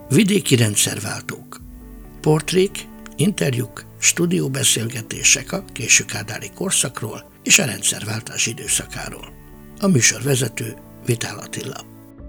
Vidéki rendszerváltók. Portrék, interjúk, stúdióbeszélgetések a késő kádári korszakról és a rendszerváltás időszakáról. A műsorvezető Vitál Attila.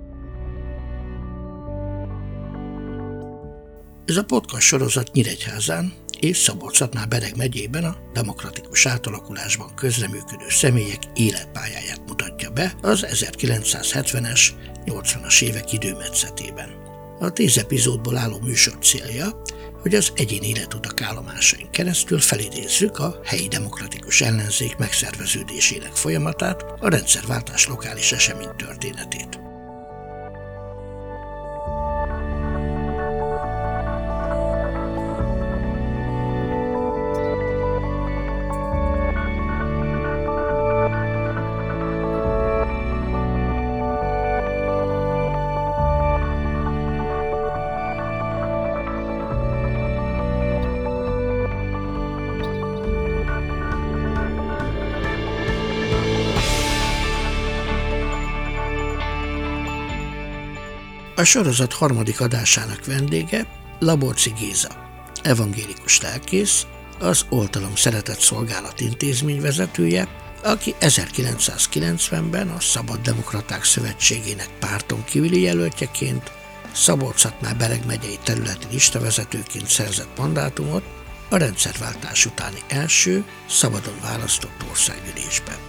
Ez a podcast sorozat Nyíregyházán és Szabolcs-Szatmár-Bereg megyében a demokratikus átalakulásban közreműködő személyek életpályáját mutatja be az 1970-es, 80-as évek időmetszetében. A 10 epizódból álló műsor célja, hogy az egyéni életutak állomásain keresztül felidézzük a helyi demokratikus ellenzék megszerveződésének folyamatát, a rendszerváltás lokális eseménytörténetét. A sorozat harmadik adásának vendége Laborczy Géza, evangélikus lelkész, az Oltalom Szeretett Szolgálat intézmény vezetője, aki 1990-ben a Szabad Demokraták Szövetségének párton kívüli jelöltjeként, Szabolcs-Szatmár-Bereg megyei területi listavezetőként szerzett mandátumot a rendszerváltás utáni első, szabadon választott országgyűlésben.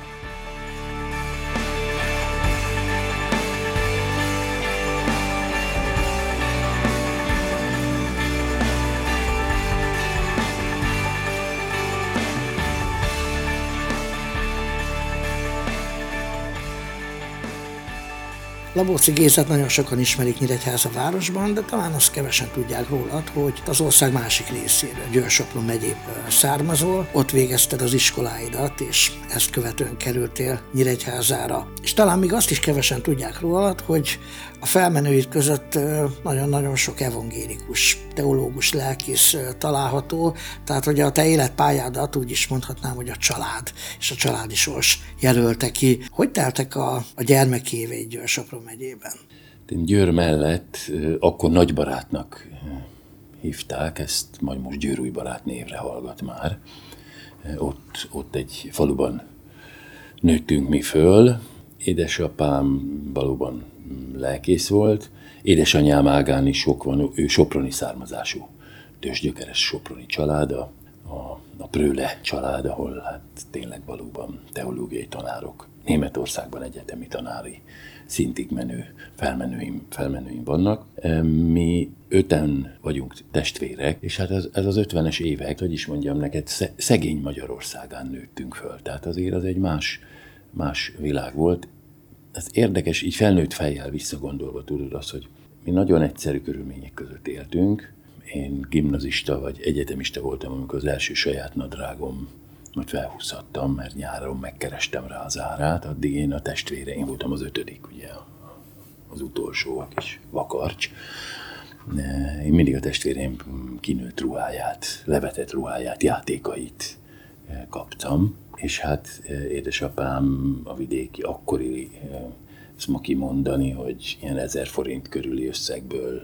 Laborczy Gézát nagyon sokan ismerik Nyíregyháza városban, de talán azt kevesen tudják rólad, hogy az ország másik részéről, Győr-Sopron megyéből származol, ott végezted az iskoláidat, és ezt követően kerültél Nyíregyházára. És talán még azt is kevesen tudják rólad, hogy a felmenőid között nagyon-nagyon sok evangélikus, teológus, lelkész található, tehát hogy a te életpályádat úgy is mondhatnám, hogy a család és a családi sors jelölte ki. Hogy teltek a gyermekéveid Győr-Sopron megyében? Én Győr mellett akkor nagybarátnak hívták, ezt majd most Győrújbarát névre hallgat már. Ott egy faluban nőttünk mi föl. Édesapám valóban lelkész volt, édesanyám ágán is sok van, ő soproni származású, tőzsgyökeres soproni család, a Prőle család, ahol hát tényleg valóban teológiai tanárok, Németországban egyetemi tanári szintig menő felmenőim vannak. Mi 5-en vagyunk testvérek, és hát ez az 50-es évek, hogy is mondjam neked, szegény Magyarországán nőttünk föl. Tehát azért az egy más világ volt. Ez érdekes, így felnőtt fejjel visszagondolva tudod azt, hogy mi nagyon egyszerű körülmények között éltünk. Én gimnazista vagy egyetemista voltam, amikor az első saját nadrágom majd felhúzhattam, mert nyáron megkerestem rá az árát, addig én a testvéreim voltam az 5., ugye, az utolsó, a kis vakarcs. Én mindig a testvéreim kinőtt ruháját, levetett ruháját, játékait kaptam, és hát édesapám a vidéki akkori, ezt ma kimondani, hogy ilyen 1000 forint körüli összegből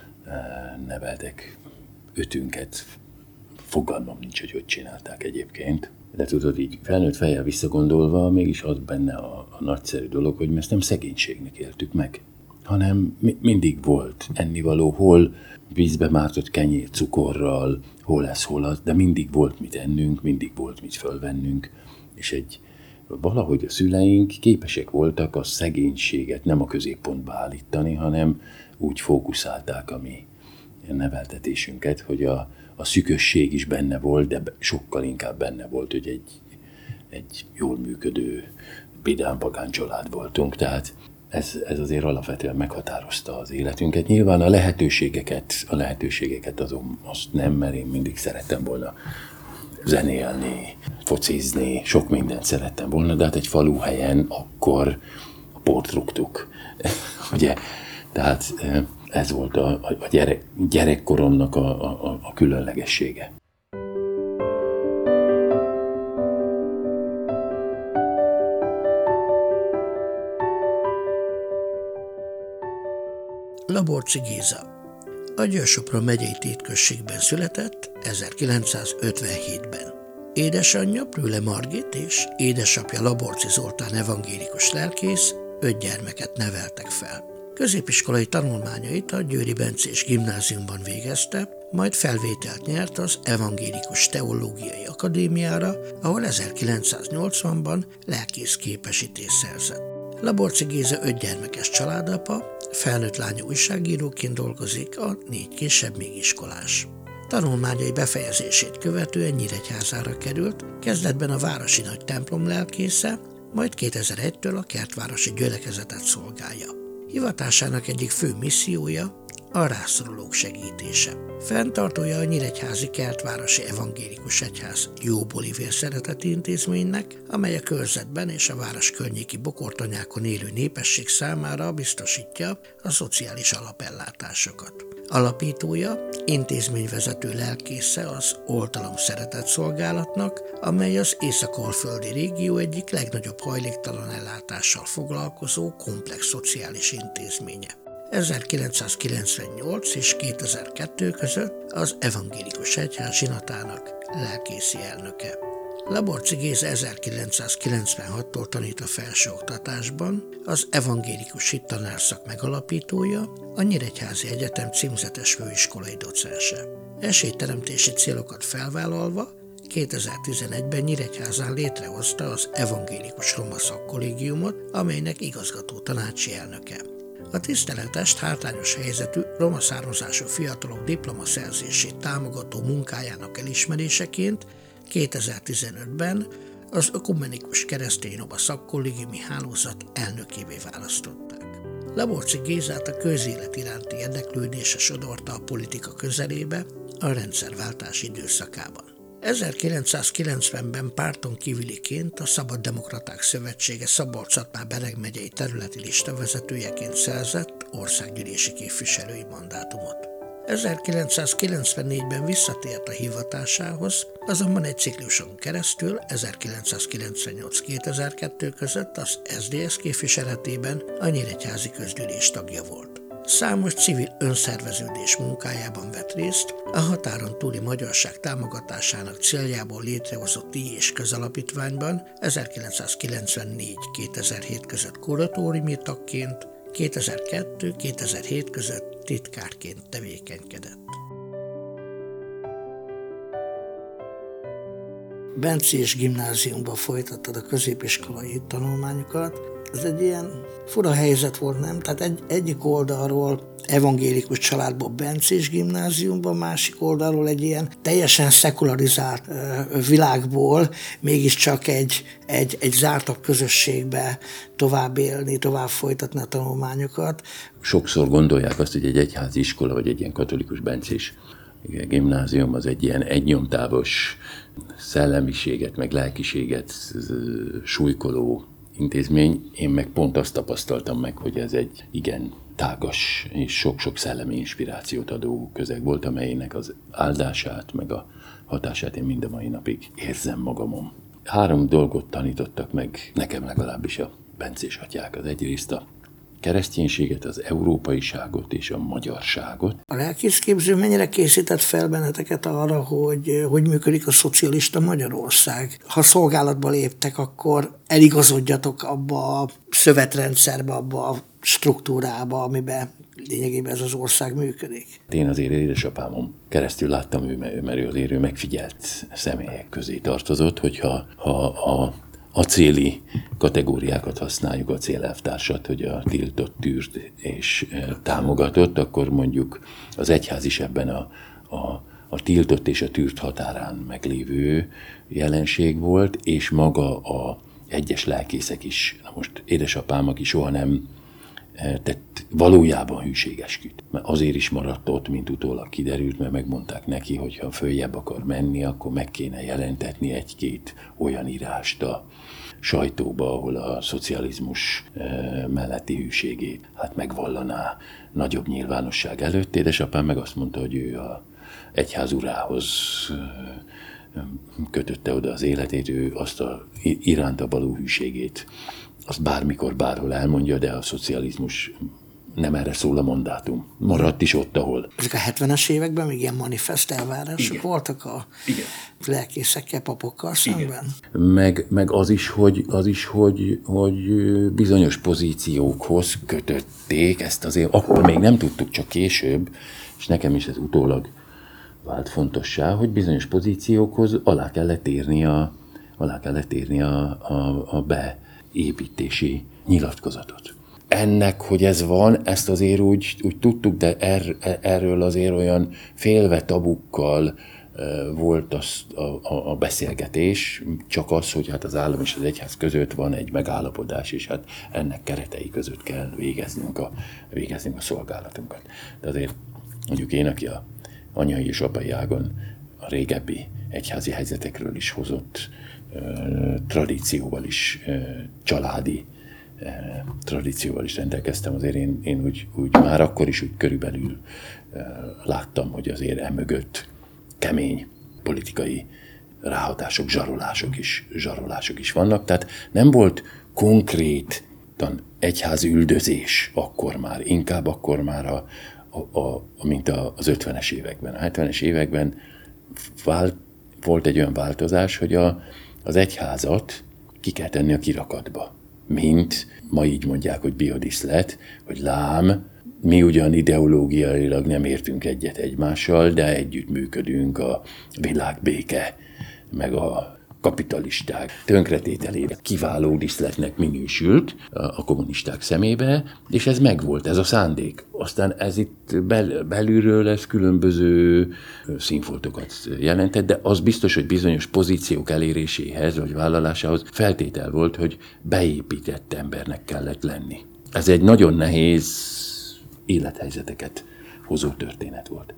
neveltek 5-ünket, fogalmam nincs, hogy csinálták egyébként. De tudod, így felnőtt fejjel visszagondolva, mégis az benne a nagyszerű dolog, hogy mi ezt nem szegénységnek éltük meg, hanem mindig volt ennivaló, hol vízbe mártott kenyér cukorral, hol ez, hol az, de mindig volt mit ennünk, mindig volt mit fölvennünk, és valahogy a szüleink képesek voltak a szegénységet nem a középpontba állítani, hanem úgy fókuszálták a mi neveltetésünket, hogy a szükösség is benne volt, de sokkal inkább benne volt, hogy egy jól működő vidám pagán család voltunk, tehát ez azért alapvetően meghatározta az életünket. Nyilván a lehetőségeket azt nem, mert én mindig szerettem volna zenélni, focizni, sok mindent szerettem volna, de hát egy faluhelyen akkor a port rúgtuk, ugye, tehát ez volt a gyerekkoromnak a különlegessége. Laborczy Géza. A Győr-Sopron megyei Tétközségben született 1957-ben. Édesanyja Prüle Margit és édesapja Laborczy Zoltán evangélikus lelkész 5 gyermeket neveltek fel. Középiskolai tanulmányait a Győri Bencés Gimnáziumban végezte, majd felvételt nyert az Evangélikus Teológiai Akadémiára, ahol 1980-ban lelkész képesítést szerzett. Laborczy Géza 5 gyermekes családapa, felnőtt lánya újságíróként dolgozik, a 4 kisebb még iskolás. Tanulmányai befejezését követően Nyíregyházára került, kezdetben a városi nagy templom lelkésze, majd 2001-től a kertvárosi gyülekezetet szolgálja. Hivatásának egyik fő missziója a rászorulók segítése. Fenntartója a Nyíregyházi Kertvárosi Evangélikus Egyház Jóbóli Vérszereteti Intézménynek, amely a körzetben és a város környéki bokortanyákon élő népesség számára biztosítja a szociális alapellátásokat. Alapítója, intézményvezető lelkésze az Oltalom Szeretet Szolgálatnak, amely az észak-alföldi régió egyik legnagyobb hajléktalan ellátással foglalkozó komplex szociális intézménye. 1998 és 2002 között az Evangélikus Egyház zsinatának lelkészi elnöke. Laborczy Géza 1996-tól tanít a felsőoktatásban, az evangélikus hittanárszak megalapítója, a Nyíregyházi Egyetem címzetes főiskolai docense. Esélyteremtési célokat felvállalva 2011-ben Nyíregyházán létrehozta az Evangélikus Roma Szakkollégiumot, amelynek igazgató tanácsi elnöke. A tiszteletest hátrányos helyzetű roma származású fiatalok diplomaszerzését támogató munkájának elismeréseként 2015-ben az Ökumenikus Keresztény Roma Szakkollégiumi Hálózat elnökévé választották. Laborczy Gézát a közélet iránti érdeklődése sodorta a politika közelébe a rendszerváltás időszakában. 1990-ben párton kívüliként a Szabaddemokraták Szövetsége Szabolcs-Szatmár-Bereg megyei területi listavezetőjeként szerzett országgyűlési képviselői mandátumot. 1994-ben visszatért a hivatásához, azonban egy cikluson keresztül 1998-2002 között az SZDSZ képviseletében a Nyíregyházi Közgyűlés tagja volt. Számos civil önszerveződés munkájában vett részt, a határon túli magyarság támogatásának céljából létrehozott díj- és közalapítványban 1994-2007 között kuratóriumi tagként, 2002-2007 között titkárként tevékenykedett. Bencés gimnáziumban folytattad a középiskolai tanulmányokat. Ez egy ilyen fura helyzet volt, nem? Tehát egyik oldalról evangélikus családból Bencés gimnáziumban, másik oldalról egy ilyen teljesen szekularizált világból mégiscsak egy zártabb közösségbe tovább élni, tovább folytatni a tanulmányokat. Sokszor gondolják azt, hogy egy egyházi iskola, vagy egy ilyen katolikus bencés gimnázium az egy ilyen egynyomtávos szellemiséget, meg lelkiséget súlykoló intézmény. Én meg pont azt tapasztaltam meg, hogy ez egy igen tágas és sok-sok szellemi inspirációt adó közeg volt, amelynek az áldását, meg a hatását én mind a mai napig érzem magamon. 3 dolgot tanítottak meg nekem legalábbis a bencés atyák. Az egyrészt a kereszténységet, az európaiságot és a magyarságot. A lelkészképző mennyire készített fel benneteket arra, hogy működik a szocialista Magyarország? Ha szolgálatba léptek, akkor eligazodjatok abba a szövetrendszerbe, abba a struktúrába, amiben lényegében ez az ország működik. Én azért édesapámon keresztül láttam, mert ő megfigyelt személyek közé tartozott, hogyha a acéli kategóriákat használjuk, acélelvtársat, hogy a tiltott, tűrt és támogatott, akkor mondjuk az egyház is ebben a tiltott és a tűrt határán meglévő jelenség volt, és maga a egyes lelkészek is. Na most édesapám, aki soha nem tett valójában hűségesküt. Mert azért is maradt ott, mint utólag kiderült, mert megmondták neki, hogy ha följebb akar menni, akkor meg kéne jelentetni 1-2 olyan írást a sajtóba, ahol a szocializmus melletti hűségét megvallaná nagyobb nyilvánosság előtt. Édesapám meg azt mondta, hogy ő a egyház urához kötötte oda az életét, ő azt iránta való hűségét azt bármikor, bárhol elmondja, de a szocializmus nem erre szól a mandátum. Maradt is ott, ahol. Ezek a 70-es években még ilyen manifest elvárások voltak a lelkészekkel, papokkal szemben? Meg az is, hogy bizonyos pozíciókhoz kötötték ezt azért, akkor még nem tudtuk, csak később, és nekem is ez utólag vált fontossá, hogy bizonyos pozíciókhoz alá kellett írni a beépítési nyilatkozatot. Ennek, hogy ez van, ezt azért úgy tudtuk, de erről azért olyan félve tabukkal volt a beszélgetés, csak az, hogy hát az állam és az egyház között van egy megállapodás, és hát ennek keretei között kell végeznünk a szolgálatunkat. De azért mondjuk én, aki a anyai és apai ágon a régebbi egyházi helyzetekről is hozott tradícióval is, családi tradícióval is rendelkeztem, azért én úgy már akkor is úgy körülbelül láttam, hogy azért emögött kemény politikai ráhatások, zsarolások is vannak, tehát nem volt konkrétan egyházi üldözés akkor már, inkább akkor már mint az 50-es években. A 70-es években volt egy olyan változás, hogy az egyházat ki kell tenni a kirakatba. Mint ma így mondják, hogy biodiszlet, hogy lám, mi ugyan ideológiailag nem értünk egyet egymással, de együtt működünk a világbéke, meg a kapitalisták tönkretételére kiváló diszletnek minősült a kommunisták szemébe, és ez megvolt, ez a szándék. Aztán ez itt belülről ez különböző színfoltokat jelentett, de az biztos, hogy bizonyos pozíciók eléréséhez vagy vállalásához feltétel volt, hogy beépített embernek kellett lenni. Ez egy nagyon nehéz élethelyzeteket hozó történet volt.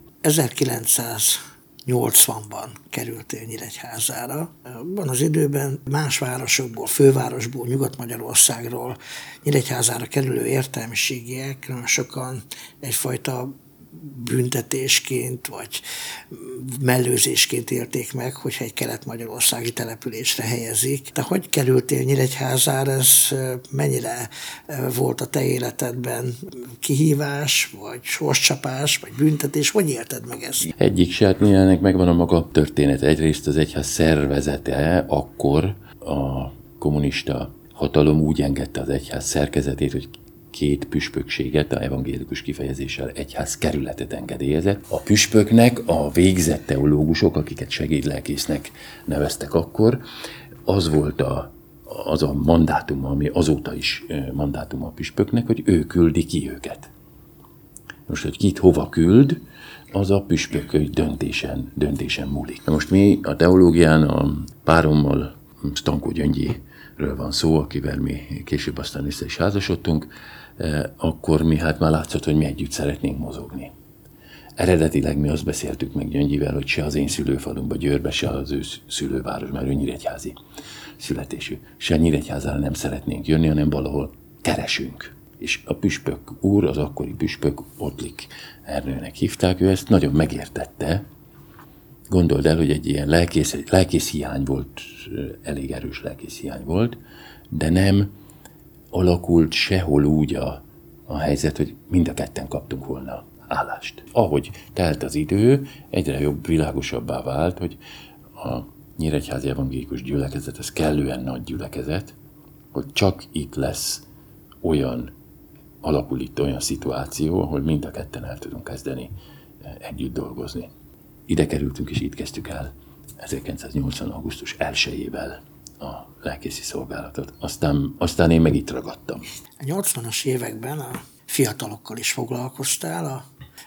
1980-ban kerültél Nyíregyházára. Van az időben más városokból, fővárosból, Nyugat-Magyarországról Nyíregyházára kerülő értelmiségiek nagyon sokan egyfajta büntetésként vagy mellőzésként élték meg, hogyha egy kelet-magyarországi településre helyezik. De hogy kerültél Nyíregyházára, ez mennyire volt a te életedben kihívás, vagy sorscsapás, vagy büntetés? Hogy élted meg ezt? Egyik se, hát mindennek megvan a maga története. Egyrészt az egyház szervezete akkor a kommunista hatalom úgy engedte az egyház szerkezetét, hogy 2 püspökséget, a evangélikus kifejezéssel egyház kerületet engedélyezett. A püspöknek a végzett teológusok, akiket segédlelkésznek neveztek akkor, az volt az a mandátum, ami azóta is mandátum a püspöknek, hogy ő küldi ki őket. Most, hogy kit hova küld, az a püspököi döntésen múlik. Na most mi a teológián a párommal, Stankó Gyöngyiről van szó, akivel mi később aztán össze is házasodtunk, akkor mi hát már látszott, hogy mi együtt szeretnénk mozogni. Eredetileg mi azt beszéltük meg Gyöngyivel, hogy se az én szülőfalumba, Győrbe, se az ő szülőváros, mert ő nyíregyházi születésű, se Nyíregyházára nem szeretnénk jönni, hanem valahol keresünk. És a püspök úr, az akkori püspök, Ottlik Ernőnek hívták, ő ezt nagyon megértette. Gondold el, hogy egy ilyen lelkész hiány volt, elég erős lelkész hiány volt, de nem alakult sehol úgy a helyzet, hogy mind a ketten kaptunk volna állást. Ahogy telt az idő, egyre jobb, világosabbá vált, hogy a nyíregyházi evangélikus gyülekezet, ez kellően nagy gyülekezet, hogy csak itt lesz alakul itt olyan szituáció, ahol mind a ketten el tudunk kezdeni együtt dolgozni. Ide kerültünk, és itt kezdtük el 1980. augusztus 1-ével a lelkészi szolgálatot. Aztán én meg itt ragadtam. A 80-as években a fiatalokkal is foglalkoztál, a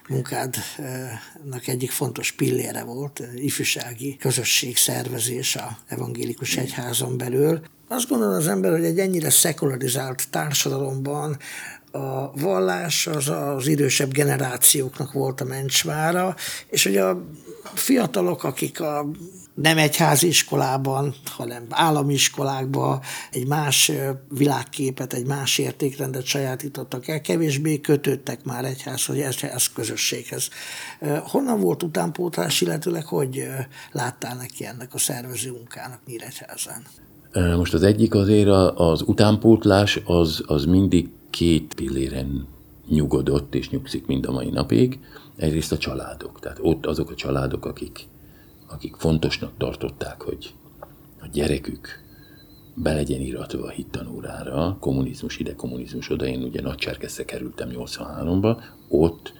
munkádnak egyik fontos pillére volt ifjúsági közösségszervezés a evangélikus egyházon belül. Azt gondolom az ember, hogy egy ennyire szekularizált társadalomban a vallás az idősebb generációknak volt a mencsvára, és hogy a fiatalok, akik nem egyházi iskolában, hanem állami iskolákban egy más világképet, egy más értékrendet sajátítottak el, kevésbé kötődtek már egyház közösséghez. Honnan volt utánpótlás, illetőleg hogy láttál neki ennek a szervező munkának Nyíregyházán? Most az egyik azért az utánpótlás az mindig 2 pilléren nyugodott és nyugszik mind a mai napig. Egyrészt a családok. Tehát ott azok a családok, akik fontosnak tartották, hogy a gyerekük be legyen iratva a hittanórára, kommunizmus ide, kommunizmus oda, én ugye Nagycserkeszre kerültem 83-ba, ott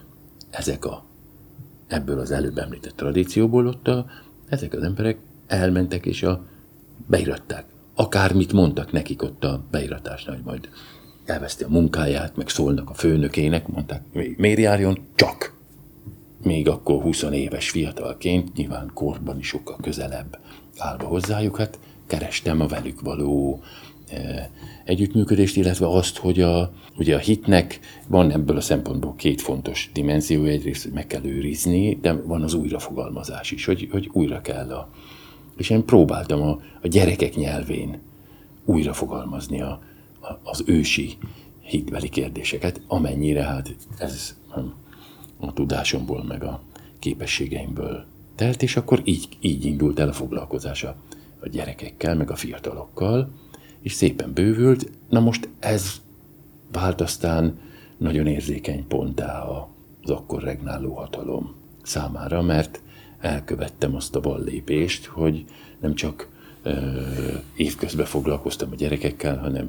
ebből az előbb említett tradícióból ezek az emberek elmentek és beiratták. Akármit mondtak nekik ott a beiratásnál, hogy majd elveszti a munkáját, meg szólnak a főnökének, mondták, miért járjon? Csak. Még akkor 20 éves fiatalként, nyilván korban is sokkal közelebb állva hozzájuk, hát kerestem a velük való együttműködést, illetve azt, hogy ugye a hitnek van ebből a szempontból két fontos dimenzió, egyrészt, hogy meg kell őrizni, de van az újrafogalmazás is, hogy újra kell és én próbáltam a gyerekek nyelvén újrafogalmazni az ősi hitbeli kérdéseket, amennyire hát ez a tudásomból, meg a képességeimből telt, és akkor így indult el a foglalkozás a gyerekekkel, meg a fiatalokkal, és szépen bővült. Na most ez vált aztán nagyon érzékeny ponttá az akkor regnáló hatalom számára, mert elkövettem azt a ballépést, hogy nem csak évközben foglalkoztam a gyerekekkel, hanem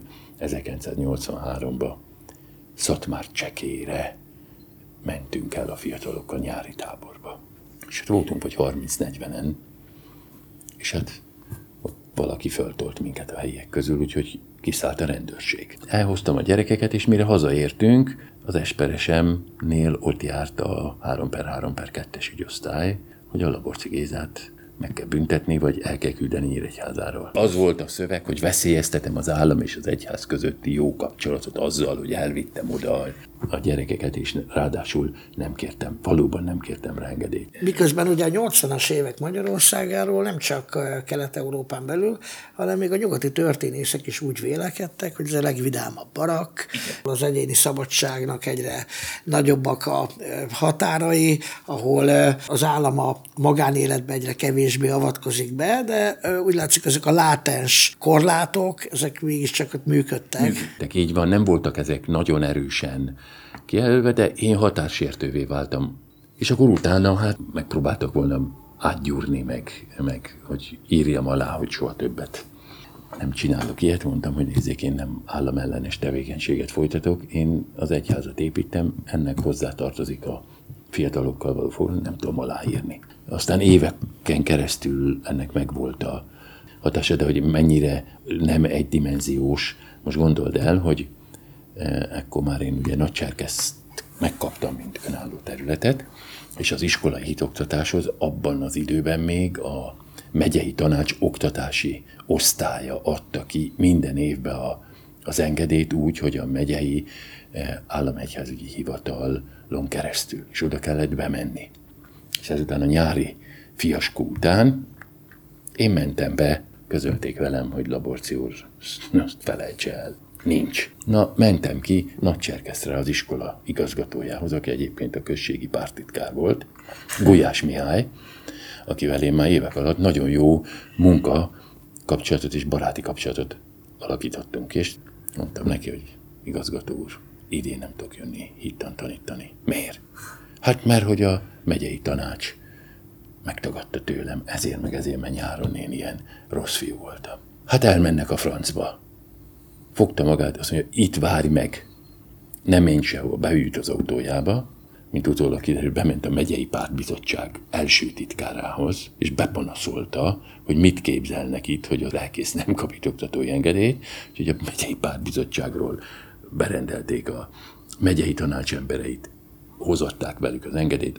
1983-ban Szatmár-Csekére mentünk el a fiatalokkal nyári táborba. És ott voltunk vagy 30-40-en, és hát ott valaki föltolt minket a helyiek közül, úgyhogy kiszállt a rendőrség. Elhoztam a gyerekeket, és mire hazaértünk, az Esperesemnél ott járt a 3x3x2-es ügyosztály, hogy a Laborczy Gézát meg kell büntetni, vagy el kell küldeni Nyíregyházáról. Az volt a szöveg, hogy veszélyeztetem az állam és az egyház közötti jó kapcsolatot azzal, hogy elvittem oda a gyerekeket, és ráadásul valóban nem kértem rá engedélyt. Miközben ugye a 80-as évek Magyarországáról nem csak Kelet-Európán belül, hanem még a nyugati történészek is úgy vélekedtek, hogy ez a legvidámabb barak, az egyéni szabadságnak egyre nagyobbak a határai, ahol az állam a magánéletbe egyre kevésbé avatkozik be, de úgy látszik, ezek a látens korlátok, ezek mégiscsak ott működtek. Így van, nem voltak ezek nagyon erősen kijelölve, de én határsértővé váltam. És akkor utána hát megpróbáltak volna átgyúrni, meg hogy írjam alá, hogy soha többet nem csinálok ilyet. Mondtam, hogy nézzék, én nem államellenes tevékenységet folytatok, én az egyházat építem, ennek hozzátartozik a fiatalokkal való foglalkozás, nem tudom aláírni. Aztán éveken keresztül ennek megvolt a hatása, de hogy mennyire nem egydimenziós. Most gondold el, hogy ekkor már én ugye Nagycserkeszt megkaptam, mint önálló területet, és az iskolai hitoktatáshoz abban az időben még a megyei tanács oktatási osztálya adta ki minden évben az engedélyt úgy, hogy a megyei államegyházügyi hivatalon keresztül, és oda kellett bemenni. És ezután a nyári fiaskó után én mentem be, közölték velem, hogy Laborczy úr, azt felejtse el. Nincs. Na, mentem ki Nagycserkeszre az iskola igazgatójához, aki egyébként a községi párttitkár volt, Gulyás Mihály, akivel én már évek alatt nagyon jó munka kapcsolatot és baráti kapcsolatot alakítottunk, és mondtam neki, hogy igazgató úr, idén nem tudok jönni hittant tanítani. Miért? Hát mert hogy a megyei tanács megtagadta tőlem, ezért, mert nyáron én ilyen rossz fiú voltam. Hát elmennek a francba. Fogta magát, azt mondja, itt várj meg. Nem menj sehol, beült az autójába, mint utólag kiderül, bement a megyei pártbizottság első titkárához, és bepanaszolta, hogy mit képzelnek itt, hogy a lelkész nem kap itt oktatói engedélyt, úgyhogy a megyei pártbizottságról berendelték a megyei tanács embereit, hozatták velük az engedélyt,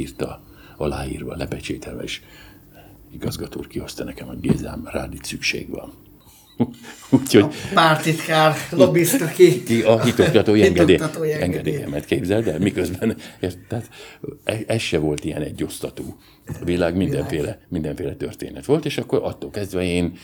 aláírva, lepecsételve, és igazgató úr kihozta nekem, hogy Gézám, rád itt szükség van. Úgyhogy a pártitkár lobbizta ki a hitoktatói engedélyemet, képzeld el, miközben tehát ez se volt ilyen egyosztatú. A világ mindenféle történet volt, és akkor attól kezdve én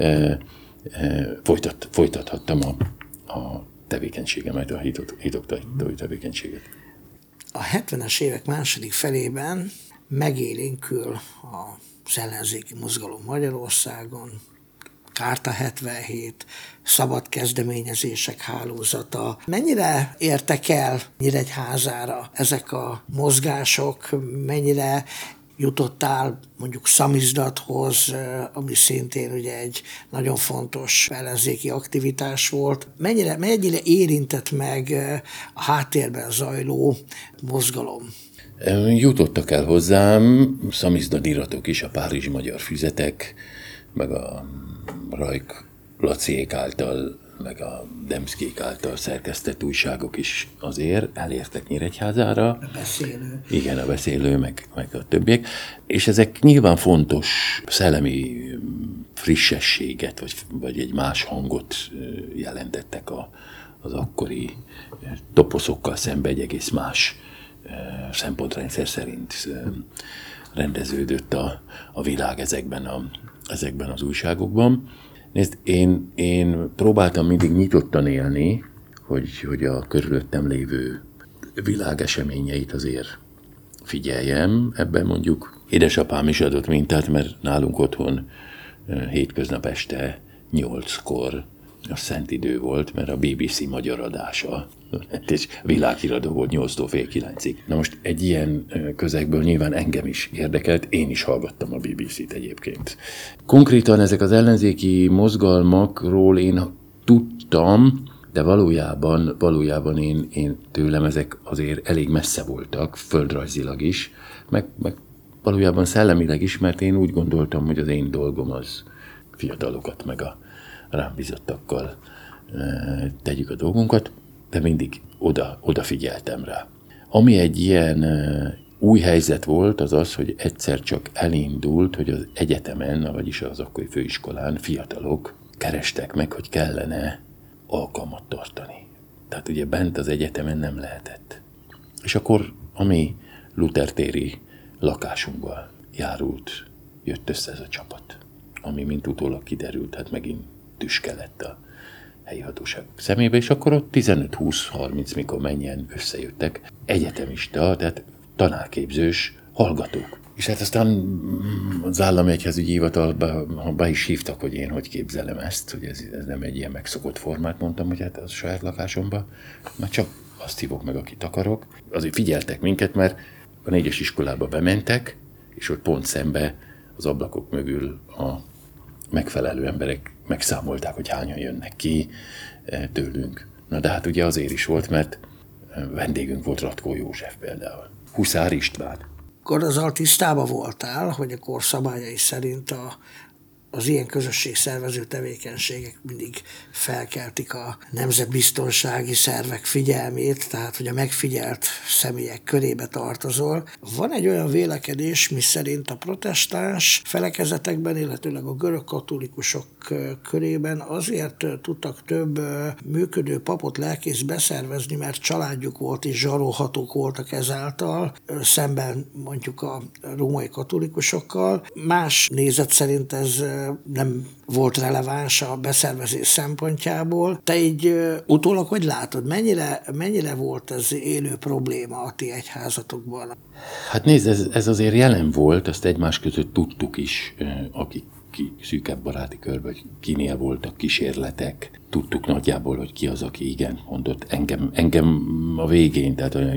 folytathattam a tevékenységemet, a hitoktatói tevékenységet. A 70-es évek második felében megélénkül az ellenzéki mozgalom Magyarországon, Kárta 77, szabad kezdeményezések hálózata. Mennyire értek el Nyíregyházára ezek a mozgások, mennyire jutottál mondjuk szamizdathoz, ami szintén ugye egy nagyon fontos ellenzéki aktivitás volt. Mennyire érintett meg a háttérben zajló mozgalom? Jutottak el hozzám szamizdadiratok is, a Párizsi Magyar Füzetek, meg a Rajk Laciék által, meg a Demszkék által szerkesztett újságok is azért elértek Nyíregyházára. A Beszélő. Igen, a Beszélő, meg a többiek. És ezek nyilván fontos szellemi frissességet, vagy egy más hangot jelentettek az akkori toposzokkal szembe, egy egész más szempontrendszer szerint rendeződött a világ ezekben az újságokban. Nézd, én próbáltam mindig nyitottan élni, hogy a körülöttem lévő világ eseményeit azért figyeljem. Ebben mondjuk édesapám is adott mintát, mert nálunk otthon hétköznap este 8-kor a szent idő volt, mert a BBC magyar adása, és világhíradó volt 8-tól fél 9-ig. Na most egy ilyen közegből nyilván engem is érdekelt, én is hallgattam a BBC-t egyébként. Konkrétan ezek az ellenzéki mozgalmakról én tudtam, de valójában én tőlem ezek azért elég messze voltak, földrajzilag is, meg valójában szellemileg is, mert én úgy gondoltam, hogy az én dolgom az fiatalokat meg a rám bizottakkal tegyük a dolgunkat, de mindig odafigyeltem rá. Ami egy ilyen új helyzet volt, az az, hogy egyszer csak elindult, hogy az egyetemen, vagyis az akkori főiskolán fiatalok kerestek meg, hogy kellene alkalmat tartani. Tehát ugye bent az egyetemen nem lehetett. És akkor a mi Luther téri lakásunkban jött össze ez a csapat, ami mint utólag kiderült, hát megint tüske lett a helyi hatóság szemébe, és akkor ott 15-20-30, mikor mennyien összejöttek, egyetemista, tehát tanárképzős hallgatók. És hát aztán az Állami Egyházügyi Hivatalba be is hívtak, hogy én hogy képzelem ezt, hogy ez nem egy ilyen megszokott formát, mondtam, hogy hát az saját lakásomban, mert csak azt hívok meg, akit akarok. Azért figyeltek minket, mert a 4-es iskolába bementek, és ott pont szembe az ablakok mögül a megfelelő emberek megszámolták, hogy hányan jönnek ki tőlünk. Na de hát ugye azért is volt, mert vendégünk volt Ratkó József például. Huszár István. Akkor azzal tisztában voltál, hogy a kor szabályai szerint az ilyen közösségszervező tevékenységek mindig felkeltik a nemzetbiztonsági szervek figyelmét, tehát hogy a megfigyelt személyek körébe tartozol. Van egy olyan vélekedés, miszerint a protestáns felekezetekben, illetőleg a görög katolikusok körében azért tudtak több működő papot, lelkész beszervezni, mert családjuk volt és zsarolhatók voltak ezáltal, szemben mondjuk a római katolikusokkal. Más nézet szerint ez nem volt releváns a beszervezés szempontjából. Te így utólag hogy látod, mennyire volt ez élő probléma a ti egyházatokban? Hát nézd, ez azért jelen volt, azt egymás között tudtuk is, akik szűkebb baráti körben, hogy kinél voltak kísérletek. Tudtuk nagyjából, hogy ki az, aki igen mondott. Engem a végén, tehát olyan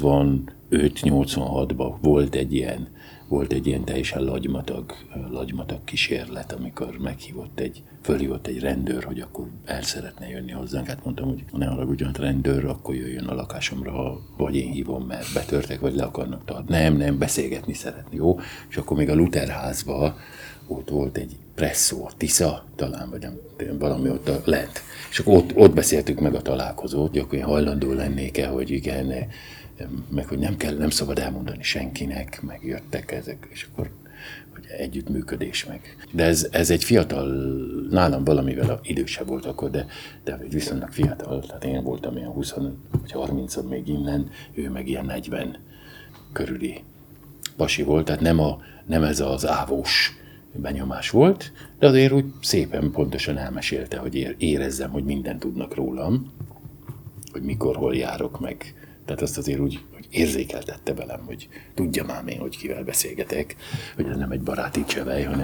85-86-ban volt egy ilyen teljesen lagymatag kísérlet, amikor fölhívott egy rendőr, hogy akkor el szeretne jönni hozzánk. Hát mondtam, hogy ne haragudjon, hát rendőr, akkor jöjjön a lakásomra, vagy én hívom, mert betörtek, vagy le akarnak tartani. Nem, beszélgetni szeretni, jó? És akkor még a Luther házba ott volt egy presszó, a Tisza, talán, vagy valami ott lent. És akkor ott beszéltük meg a találkozót, hogy akkor én hajlandó lennék-e, hogy igen, meg hogy nem szabad elmondani senkinek, meg jöttek ezek, és akkor hogy együttműködés meg. De ez egy fiatal, nálam valamivel idősebb volt akkor, de viszonylag fiatal, tehát én voltam ilyen 20 vagy 30 még innen, ő meg ilyen 40 körüli pasi volt, tehát nem ez az ávós benyomás volt, de azért úgy szépen pontosan elmesélte, hogy érezzem, hogy mindent tudnak rólam, hogy mikor, hol járok meg. Tehát azt azért úgy hogy érzékeltette velem, hogy tudjam ám én, hogy kivel beszélgetek, hogy ez nem egy baráti csövej, hanem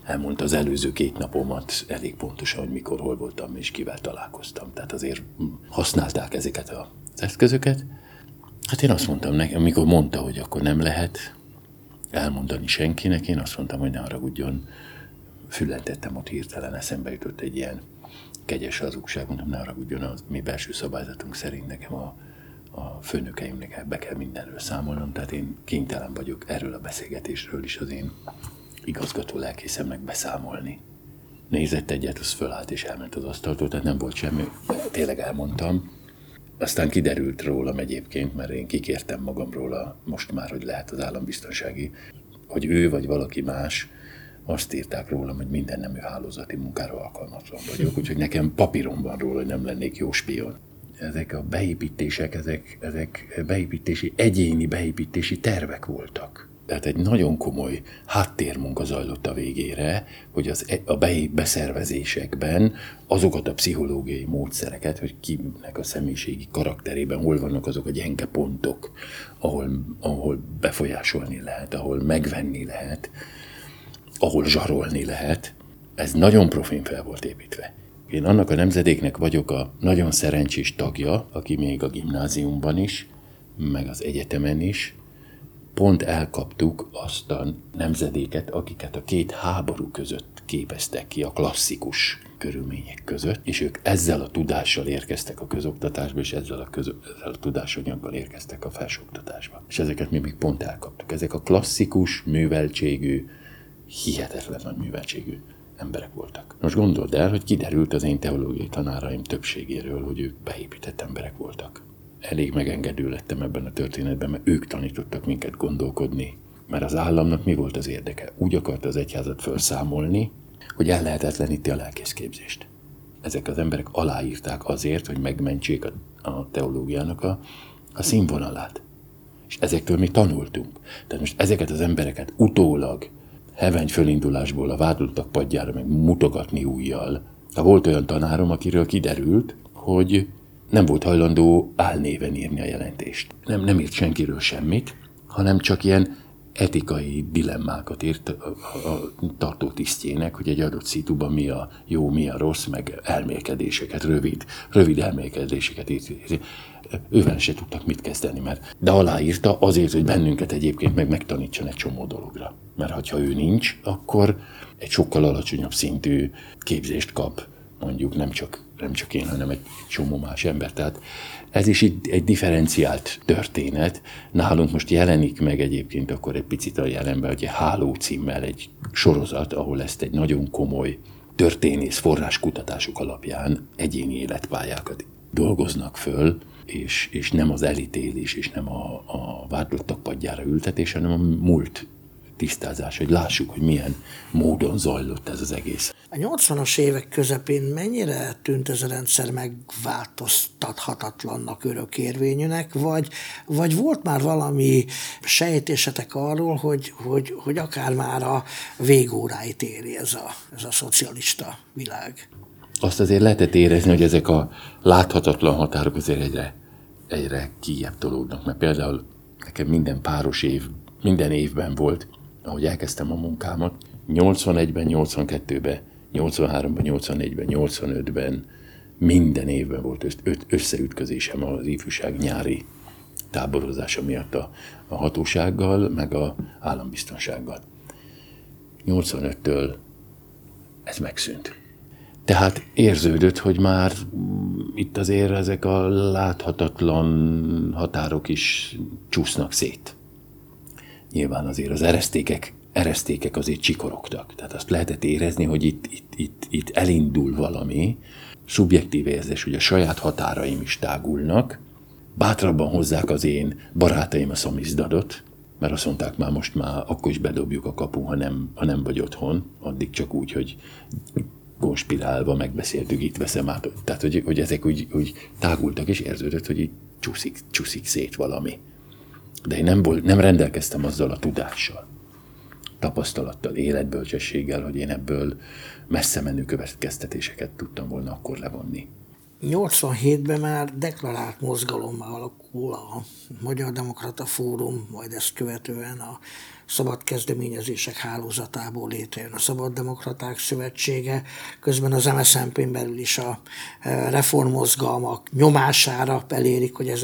elmondta az előző 2 napomat elég pontosan, hogy mikor, hol voltam és kivel találkoztam. Tehát azért használták ezeket az eszközöket. Hát én azt mondtam neki, amikor mondta, hogy akkor nem lehet elmondani senkinek, én azt mondtam, hogy ne haragudjon. Füllentettem, ott hirtelen eszembe jutott egy ilyen kegyes hazugság, mondtam, ne haragudjon, a mi belső szabályzatunk szerint nekem a főnökeimnek be kell mindenről számolnom, tehát én kénytelen vagyok erről a beszélgetésről is az én igazgató lelkészemnek beszámolni. Nézett egyet, az fölállt és elment az asztaltól, tehát nem volt semmi, tényleg elmondtam. Aztán kiderült rólam egyébként, mert én kikértem magamról most már, hogy lehet az állambiztonsági, hogy ő vagy valaki más, azt írták rólam, hogy minden nemű hálózati munkára alkalmatlan vagyok, úgyhogy nekem papíron van róla, hogy nem lennék jó spion. Ezek a beépítések, ezek egyéni beépítési tervek voltak. Tehát egy nagyon komoly háttérmunka zajlott a végére, hogy a beszervezésekben azokat a pszichológiai módszereket, hogy kinek a személyiségi karakterében hol vannak azok a gyenge pontok, ahol befolyásolni lehet, ahol megvenni lehet, ahol zsarolni lehet, ez nagyon profin fel volt építve. Én annak a nemzedéknek vagyok a nagyon szerencsés tagja, aki még a gimnáziumban is, meg az egyetemen is, pont elkaptuk azt a nemzedéket, akiket a 2 háború között képeztek ki a klasszikus körülmények között, és ők ezzel a tudással érkeztek a közoktatásba, és ezzel a tudásanyaggal érkeztek a felsőoktatásba. És ezeket mi még pont elkaptuk. Ezek a klasszikus, műveltségű, hihetetlen nagy műveltségű emberek voltak. Most gondold el, hogy kiderült az én teológiai tanáraim többségéről, hogy ők beépített emberek voltak. Elég megengedő lettem ebben a történetben, mert ők tanítottak minket gondolkodni. Mert az államnak mi volt az érdeke? Úgy akarta az egyházat felszámolni, hogy ellehetetleníti a lelkészképzést. Ezek az emberek aláírták azért, hogy megmentsék a teológiának a színvonalát. És ezektől mi tanultunk. Tehát most ezeket az embereket utólag heveny fölindulásból a vádlottak padjára meg mutogatni ujjal. Volt olyan tanárom, akiről kiderült, hogy nem volt hajlandó álnéven írni a jelentést. Nem írt senkiről semmit, hanem csak ilyen etikai dilemmákat írt a tartó tisztjének, hogy egy adott szituban mi a jó, mi a rossz, meg elmélkedéseket, rövid elmélkedéseket írt. Ővel se tudtak mit kezdeni, de aláírta azért, hogy bennünket egyébként megtanítson egy csomó dologra. Mert ha ő nincs, akkor egy sokkal alacsonyabb szintű képzést kap, mondjuk nem csak én, hanem egy csomó más ember. Tehát ez is egy differenciált történet. Nálunk most jelenik meg egyébként akkor egy picit a jelenben, hogy egy Háló címmel egy sorozat, ahol ezt egy nagyon komoly történész forráskutatások alapján egyéni életpályákat dolgoznak föl, és nem az elítélés, és nem a vádlottak padjára ültetés, hanem a múlt tisztázás, hogy lássuk, hogy milyen módon zajlott ez az egész. A 80-as évek közepén mennyire tűnt ez a rendszer megváltoztathatatlannak, örökérvényűnek, vagy volt már valami sejtésetek arról, hogy akár már a végóráit éri ez a szocialista világ? Azt azért lehetett érezni, hogy ezek a láthatatlan határok azért egyre kijjebb tolódnak, mert például nekem minden évben volt, ahogy elkezdtem a munkámat, 81-ben, 82-ben, 83-ban, 84-ben, 85-ben minden évben volt összeütközésem az ifjúság nyári táborozása miatt a hatósággal, meg az állambiztonsággal. 85-től ez megszűnt. Tehát érződött, hogy már itt azért ezek a láthatatlan határok is csúsznak szét. Nyilván azért az eresztékek azért csikorogtak. Tehát azt lehetett érezni, hogy itt elindul valami, szubjektív érzés, hogy a saját határaim is tágulnak, bátrabban hozzák az én barátaim a szamizdadot, mert azt mondták, most már akkor is bedobjuk a kapu, ha nem vagy otthon, addig csak úgy, hogy konspirálva megbeszéltük, itt veszem át. Tehát, hogy ezek úgy tágultak, és érződött, hogy így csúszik szét valami. De én nem rendelkeztem azzal a tudással, tapasztalattal, életbölcsességgel, hogy én ebből messze menő következtetéseket tudtam volna akkor levonni. 87-ben már deklarált mozgalommá alakul a Magyar Demokrata Fórum, majd ezt követően a Szabad Kezdeményezések hálózatából létrejön a Szabad Demokraták Szövetsége, közben az MSZNP-n belül is a reformmozgalmak nyomására elérik, hogy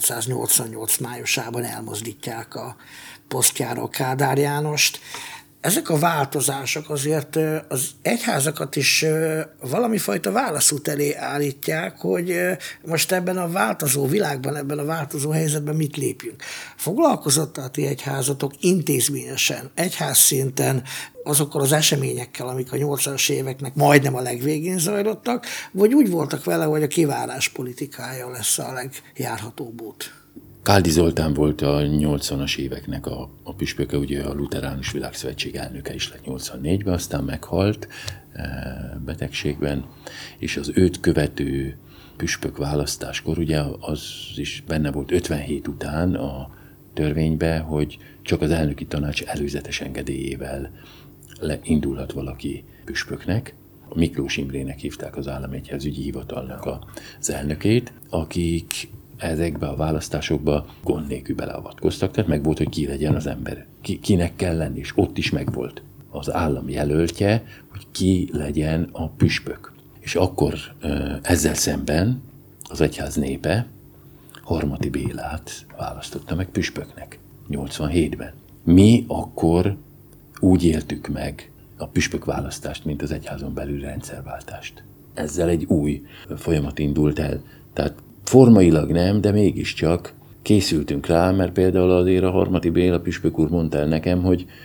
1988 májusában elmozdítják a posztjáról Kádár Jánost. Ezek a változások azért az egyházakat is valami fajta válaszút elé állítják, hogy most ebben a változó világban, ebben a változó helyzetben mit lépjünk. Foglalkozott a ti egyházatok intézményesen, egyház szinten azokkal az eseményekkel, amik a 80-as éveknek majdnem a legvégén zajlottak, vagy úgy voltak vele, hogy a kivárás politikája lesz a legjárhatóbb út? Káldi Zoltán volt a 80-as éveknek a püspöke, ugye a Lutheránus Világszövetség elnöke is lett 84-ben, aztán meghalt betegségben, és az őt követő püspök választáskor, ugye az is benne volt 57 után a törvénybe, hogy csak az elnöki tanács előzetes engedélyével indulhat valaki püspöknek. Miklós Imrének hívták az államegyházügyi hivatalnak az elnökét, akik ezekbe a választásokba gond nélkül beleavatkoztak, tehát meg volt, hogy ki legyen az ember, kinek kell lenni, és ott is megvolt az állam jelöltje, hogy ki legyen a püspök. És akkor ezzel szemben az egyház népe Harmati Bélát választotta meg püspöknek 87-ben. Mi akkor úgy éltük meg a püspök választást, mint az egyházon belül rendszerváltást. Ezzel egy új folyamat indult el, tehát formailag nem, de mégiscsak készültünk rá, mert például azért a Harmati Béla püspök úr mondta el nekem,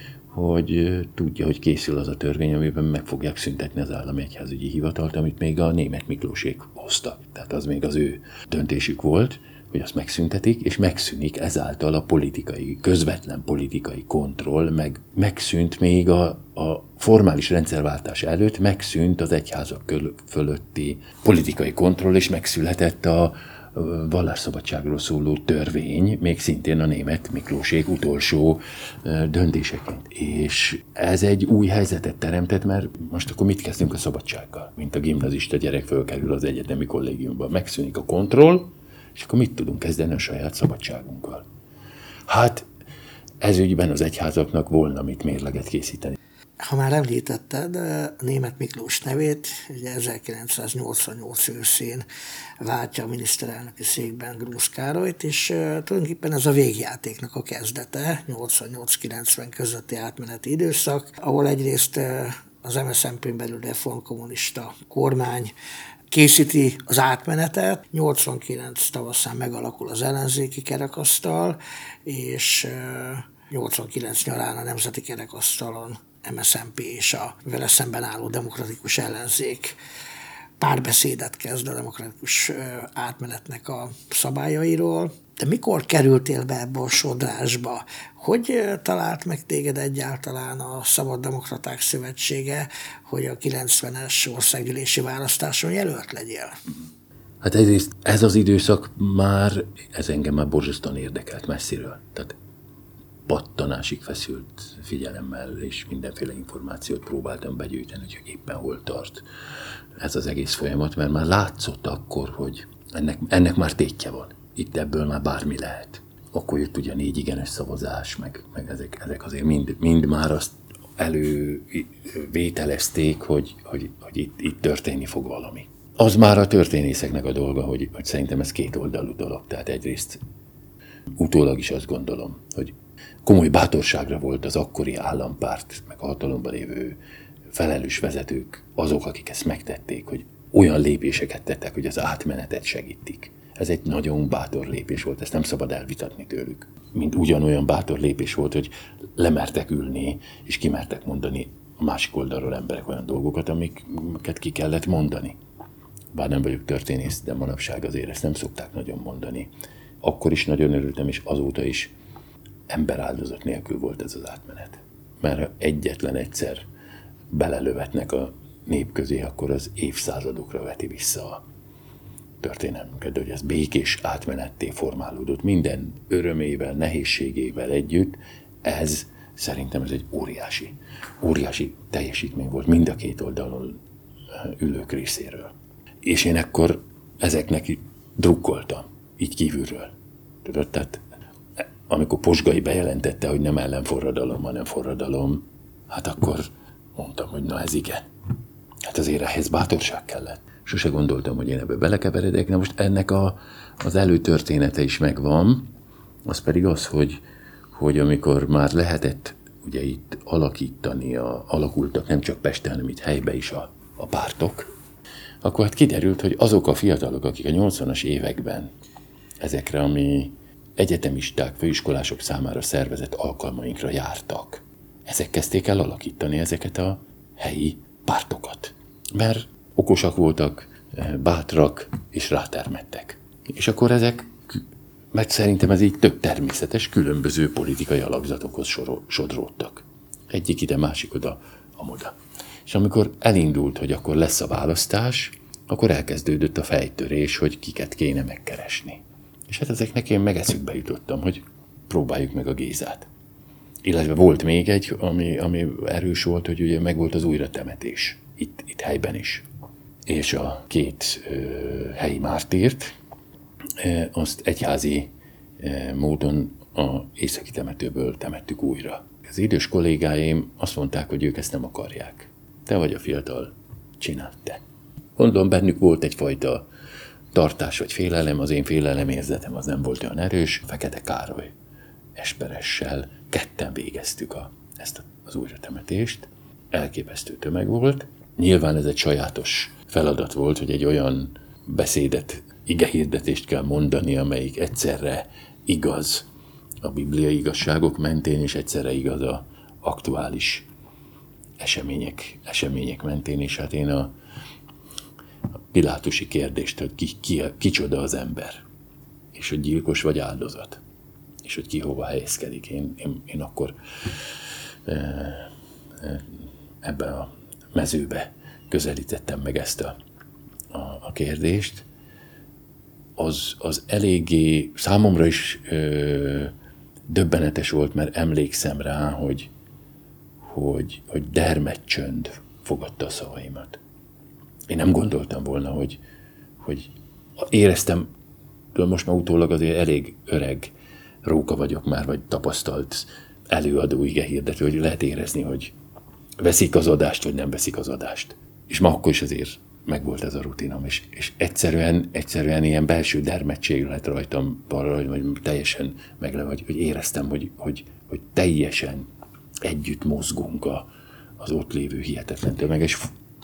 hogy tudja, hogy készül az a törvény, amiben meg fogják szüntetni az állami egyházügyi hivatalt, amit még a német Miklósék hoztak. Tehát az még az ő döntésük volt, hogy azt megszüntetik, és megszűnik ezáltal a közvetlen politikai kontroll, megszűnt még a formális rendszerváltás előtt, megszűnt az egyházak fölötti politikai kontroll, és megszületett a vallásszabadságról szóló törvény, még szintén a német Miklósék utolsó döntéseként. És ez egy új helyzetet teremtett, mert most akkor mit kezdünk a szabadsággal? Mint a gimnazista gyerek fölkerül az egyetemi kollégiumba, megszűnik a kontroll, és akkor mit tudunk kezdeni a saját szabadságunkkal? Hát ez ügyben az egyházaknak volna mit mérleget készíteni. Ha már említetted a német Miklós nevét, ugye 1988 őszén váltja a miniszterelnöki székben Grósz Károlyt, és tulajdonképpen ez a végjátéknak a kezdete, 88-90 közötti átmeneti időszak, ahol egyrészt az MSZNP-n belül reformkommunista kormány készíti az átmenetet, 89 tavaszán megalakul az ellenzéki kerekasztal, és 89 nyarán a nemzeti kerekasztalon MSZNP és a vele szemben álló demokratikus ellenzék párbeszédet kezd a demokratikus átmenetnek a szabályairól. De mikor kerültél be ebbe a sodrásba? Hogy talált meg téged egyáltalán a Szabad Demokraták Szövetsége, hogy a 90-es országgyűlési választáson jelölt legyél? Hát egyrészt ez az időszak ez engem már borzasztóan érdekelt messziről. Tehát pattanásig feszült figyelemmel, és mindenféle információt próbáltam begyűjteni, hogy éppen hol tart ez az egész folyamat, mert már látszott akkor, hogy ennek már tétje van. Itt ebből már bármi lehet. Akkor jött ugye 4 igenes szavazás, meg ezek azért mind már azt elővételezték, hogy itt történni fog valami. Az már a történészeknek a dolga, hogy szerintem ez kétoldalú dolog. Tehát egyrészt utólag is azt gondolom, hogy komoly bátorságra volt az akkori állampárt, meg a hatalomban lévő felelős vezetők azok, akik ezt megtették, hogy olyan lépéseket tettek, hogy az átmenetet segítik. Ez egy nagyon bátor lépés volt, ezt nem szabad elvitatni tőlük. Mint ugyanolyan bátor lépés volt, hogy lemertek ülni, és kimertek mondani a másik oldalról emberek olyan dolgokat, amiket ki kellett mondani. Bár nem vagyok történész, de manapság azért ezt nem szokták nagyon mondani. Akkor is nagyon örültem, és azóta is emberáldozat nélkül volt ez az átmenet. Mert egyetlen egyszer belelövetnek a nép közé, akkor az évszázadokra veti vissza a történelmünket, de hogy ez békés átmenetté formálódott minden örömével, nehézségével együtt, szerintem ez egy óriási teljesítmény volt mind a két oldalon ülők részéről. És én ekkor ezeknek drukkoltam, így kívülről. Tudod, tehát amikor Posgai bejelentette, hogy nem ellenforradalom, hanem forradalom, hát akkor mondtam, hogy na ez igen. Hát azért ehhez bátorság kellett. Sose gondoltam, hogy én ebbe belekeveredek. Na most ennek az előtörténete is megvan, az pedig az, hogy amikor már lehetett ugye itt alakítani, alakultak nem csak Pesten, hanem itt helyben is a pártok, akkor hát kiderült, hogy azok a fiatalok, akik a 80-as években ezekre, ami egyetemisták, főiskolások számára szervezett alkalmainkra jártak, ezek kezdték el alakítani ezeket a helyi pártokat. Mert okosak voltak, bátrak és rátermettek. És akkor ezek, mert szerintem ez így tök természetes, különböző politikai alakzatokhoz sodródtak. Egyik ide, másik oda, amoda. És amikor elindult, hogy akkor lesz a választás, akkor elkezdődött a fejtörés, hogy kiket kéne megkeresni. És hát ezeknek én meg eszükbe jutottam, hogy próbáljuk meg a Gézát. Illetve volt még egy, ami erős volt, hogy ugye megvolt az újratemetés. Itt helyben is. És a két helyi mártírt, azt egyházi módon a északi temetőből temettük újra. Az idős kollégáim azt mondták, hogy ők ezt nem akarják. Te vagy a fiatal, csináld te. Gondolom bennük volt egyfajta tartás vagy félelem, az én félelemérzetem az nem volt olyan erős. Fekete Károly esperessel ketten végeztük ezt az újratemetést. Elképesztő tömeg volt. Nyilván ez egy sajátos feladat volt, hogy egy olyan beszédet, igehirdetést kell mondani, amelyik egyszerre igaz a bibliai igazságok mentén, és egyszerre igaz az aktuális események mentén. És hát én a pilátusi kérdést, hogy kicsoda az ember, és hogy gyilkos vagy áldozat, és hogy ki hova helyezkedik. Én akkor ebbe a mezőbe közelítettem meg ezt a kérdést. Az eléggé számomra is döbbenetes volt, mert emlékszem rá, hogy dermedt csönd fogadta a szavaimat. Én nem gondoltam volna, hogy éreztem, most már utólag azért elég öreg róka vagyok már, vagy tapasztalt előadó, igehirdető, hogy lehet érezni, hogy veszik az adást, vagy nem veszik az adást. És ma akkor is azért megvolt ez a rutinom, és egyszerűen ilyen belső dermedtség lett rajtam, vagy teljesen hogy éreztem, hogy teljesen együtt mozgunk az ott lévő hihetetlen tömeg, és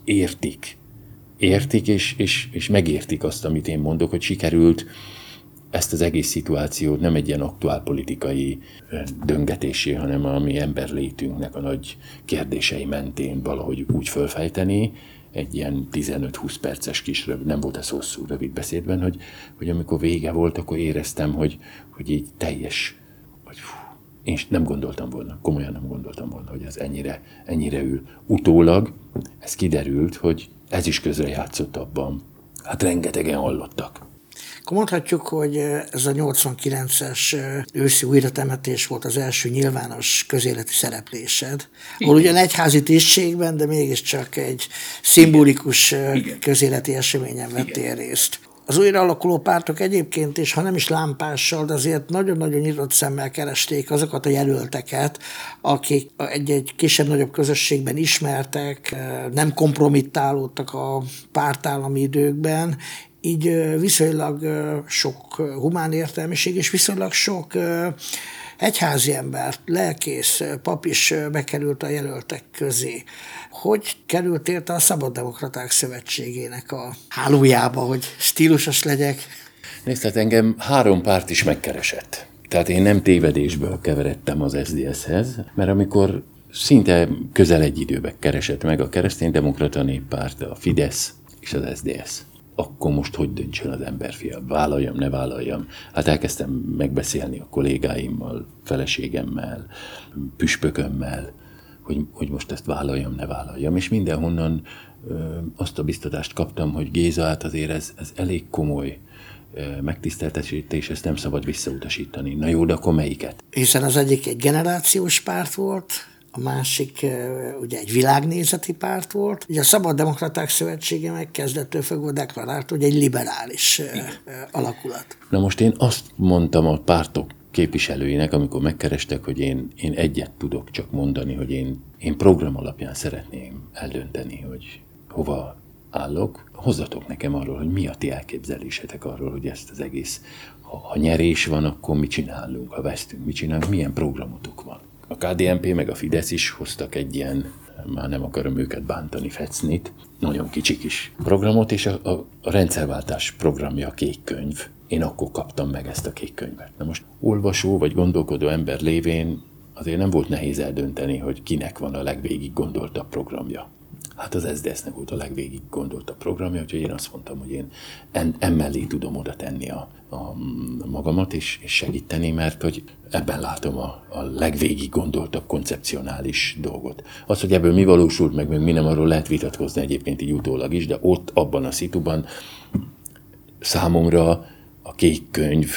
értik, és megértik azt, amit én mondok, hogy sikerült ezt az egész szituációt nem egy ilyen aktuálpolitikai döngetésé, hanem a mi emberlétünknek a nagy kérdései mentén valahogy úgy fölfejteni, egy ilyen 15-20 perces kis, nem volt ez hosszú, rövid beszédben, hogy amikor vége volt, akkor éreztem, hogy így teljes, hogy én nem gondoltam volna, komolyan nem gondoltam volna, hogy ez ennyire ül. Utólag ez kiderült, hogy ez is közrejátszott abban. Hát rengetegen hallottak. Akkor mondhatjuk, hogy ez a 89-es őszi újratemetés volt az első nyilvános közéleti szereplésed, ahol ugyan egyházi tisztségben, de mégiscsak egy szimbolikus közéleti eseményen vettél részt. Az újra alakuló pártok egyébként is, ha nem is lámpással, de azért nagyon-nagyon nyitott szemmel keresték azokat a jelölteket, akik egy kisebb-nagyobb közösségben ismertek, nem kompromittálódtak a pártállami időkben, így viszonylag sok humán értelmiség és viszonylag sok egyházi ember, lelkész, pap is bekerült a jelöltek közé. Hogy kerültél te a Szabaddemokraták Szövetségének a hálójába, hogy stílusos legyek? Nézd, tehát engem 3 párt is megkeresett. Tehát én nem tévedésből keveredtem az SZDSZ-hez, mert amikor szinte közel egy időben keresett meg a Kereszténydemokrata Néppárt, a Fidesz és az SZDSZ. Akkor most hogy döntsön az emberfia? Vállaljam, ne vállaljam? Hát elkezdtem megbeszélni a kollégáimmal, feleségemmel, püspökömmel, hogy most ezt vállaljam, ne vállaljam. És mindenhonnan azt a biztatást kaptam, hogy Géza, hát azért ez elég komoly megtiszteltetés, ezt nem szabad visszautasítani. Na jó, de akkor melyiket? Hiszen az egyik egy generációs párt volt, a a másik ugye egy világnézeti párt volt. Ugye a Szabaddemokraták Szövetsége meg kezdettől fogva deklarált, hogy egy liberális alakulat. Na most én azt mondtam a pártok képviselőinek, amikor megkerestek, hogy én egyet tudok csak mondani, hogy én program alapján szeretném eldönteni, hogy hova állok. Hozzatok nekem arról, hogy mi a ti elképzelésetek arról, hogy ezt az egész, ha nyerés van, akkor mit csinálunk, ha vesztünk, mit csinálunk, milyen programotok van. A KDNP meg a Fidesz is hoztak egy ilyen, már nem akarom őket bántani, fecnit, nagyon kicsi kis programot, és a rendszerváltás programja a Kék Könyv. Én akkor kaptam meg ezt a Kék Könyvet. Na most olvasó vagy gondolkodó ember lévén azért nem volt nehéz eldönteni, hogy kinek van a legvégig gondoltabb programja. Hát az SZDSZ-nek volt a legvégig gondoltabb programja, úgyhogy én azt mondtam, hogy én emellé tudom oda tenni a magamat és segíteni, mert hogy ebben látom a legvégig gondoltabb koncepcionális dolgot. Az, hogy ebből mi valósult meg mi nem, arról lehet vitatkozni egyébként így utólag is, de ott, abban a szituban számomra a Kék Könyv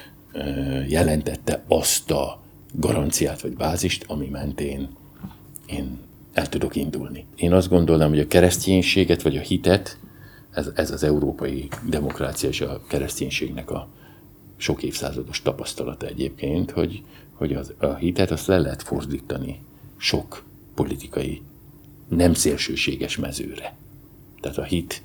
jelentette azt a garanciát vagy bázist, ami mentén én el tudok indulni. Én azt gondolom, hogy a kereszténységet vagy a hitet, ez az európai demokrácia és a kereszténységnek a sok évszázados tapasztalata egyébként, hogy a hitet azt le lehet fordítani sok politikai, nem szélsőséges mezőre. Tehát a hit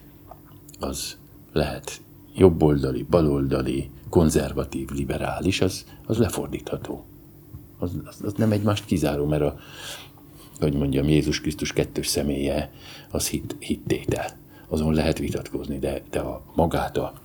az lehet jobboldali, baloldali, konzervatív, liberális, az lefordítható. Az nem egymást kizáró, mert hogy mondjam, Jézus Krisztus kettős személye, az hittétel. Azon lehet vitatkozni, de magát a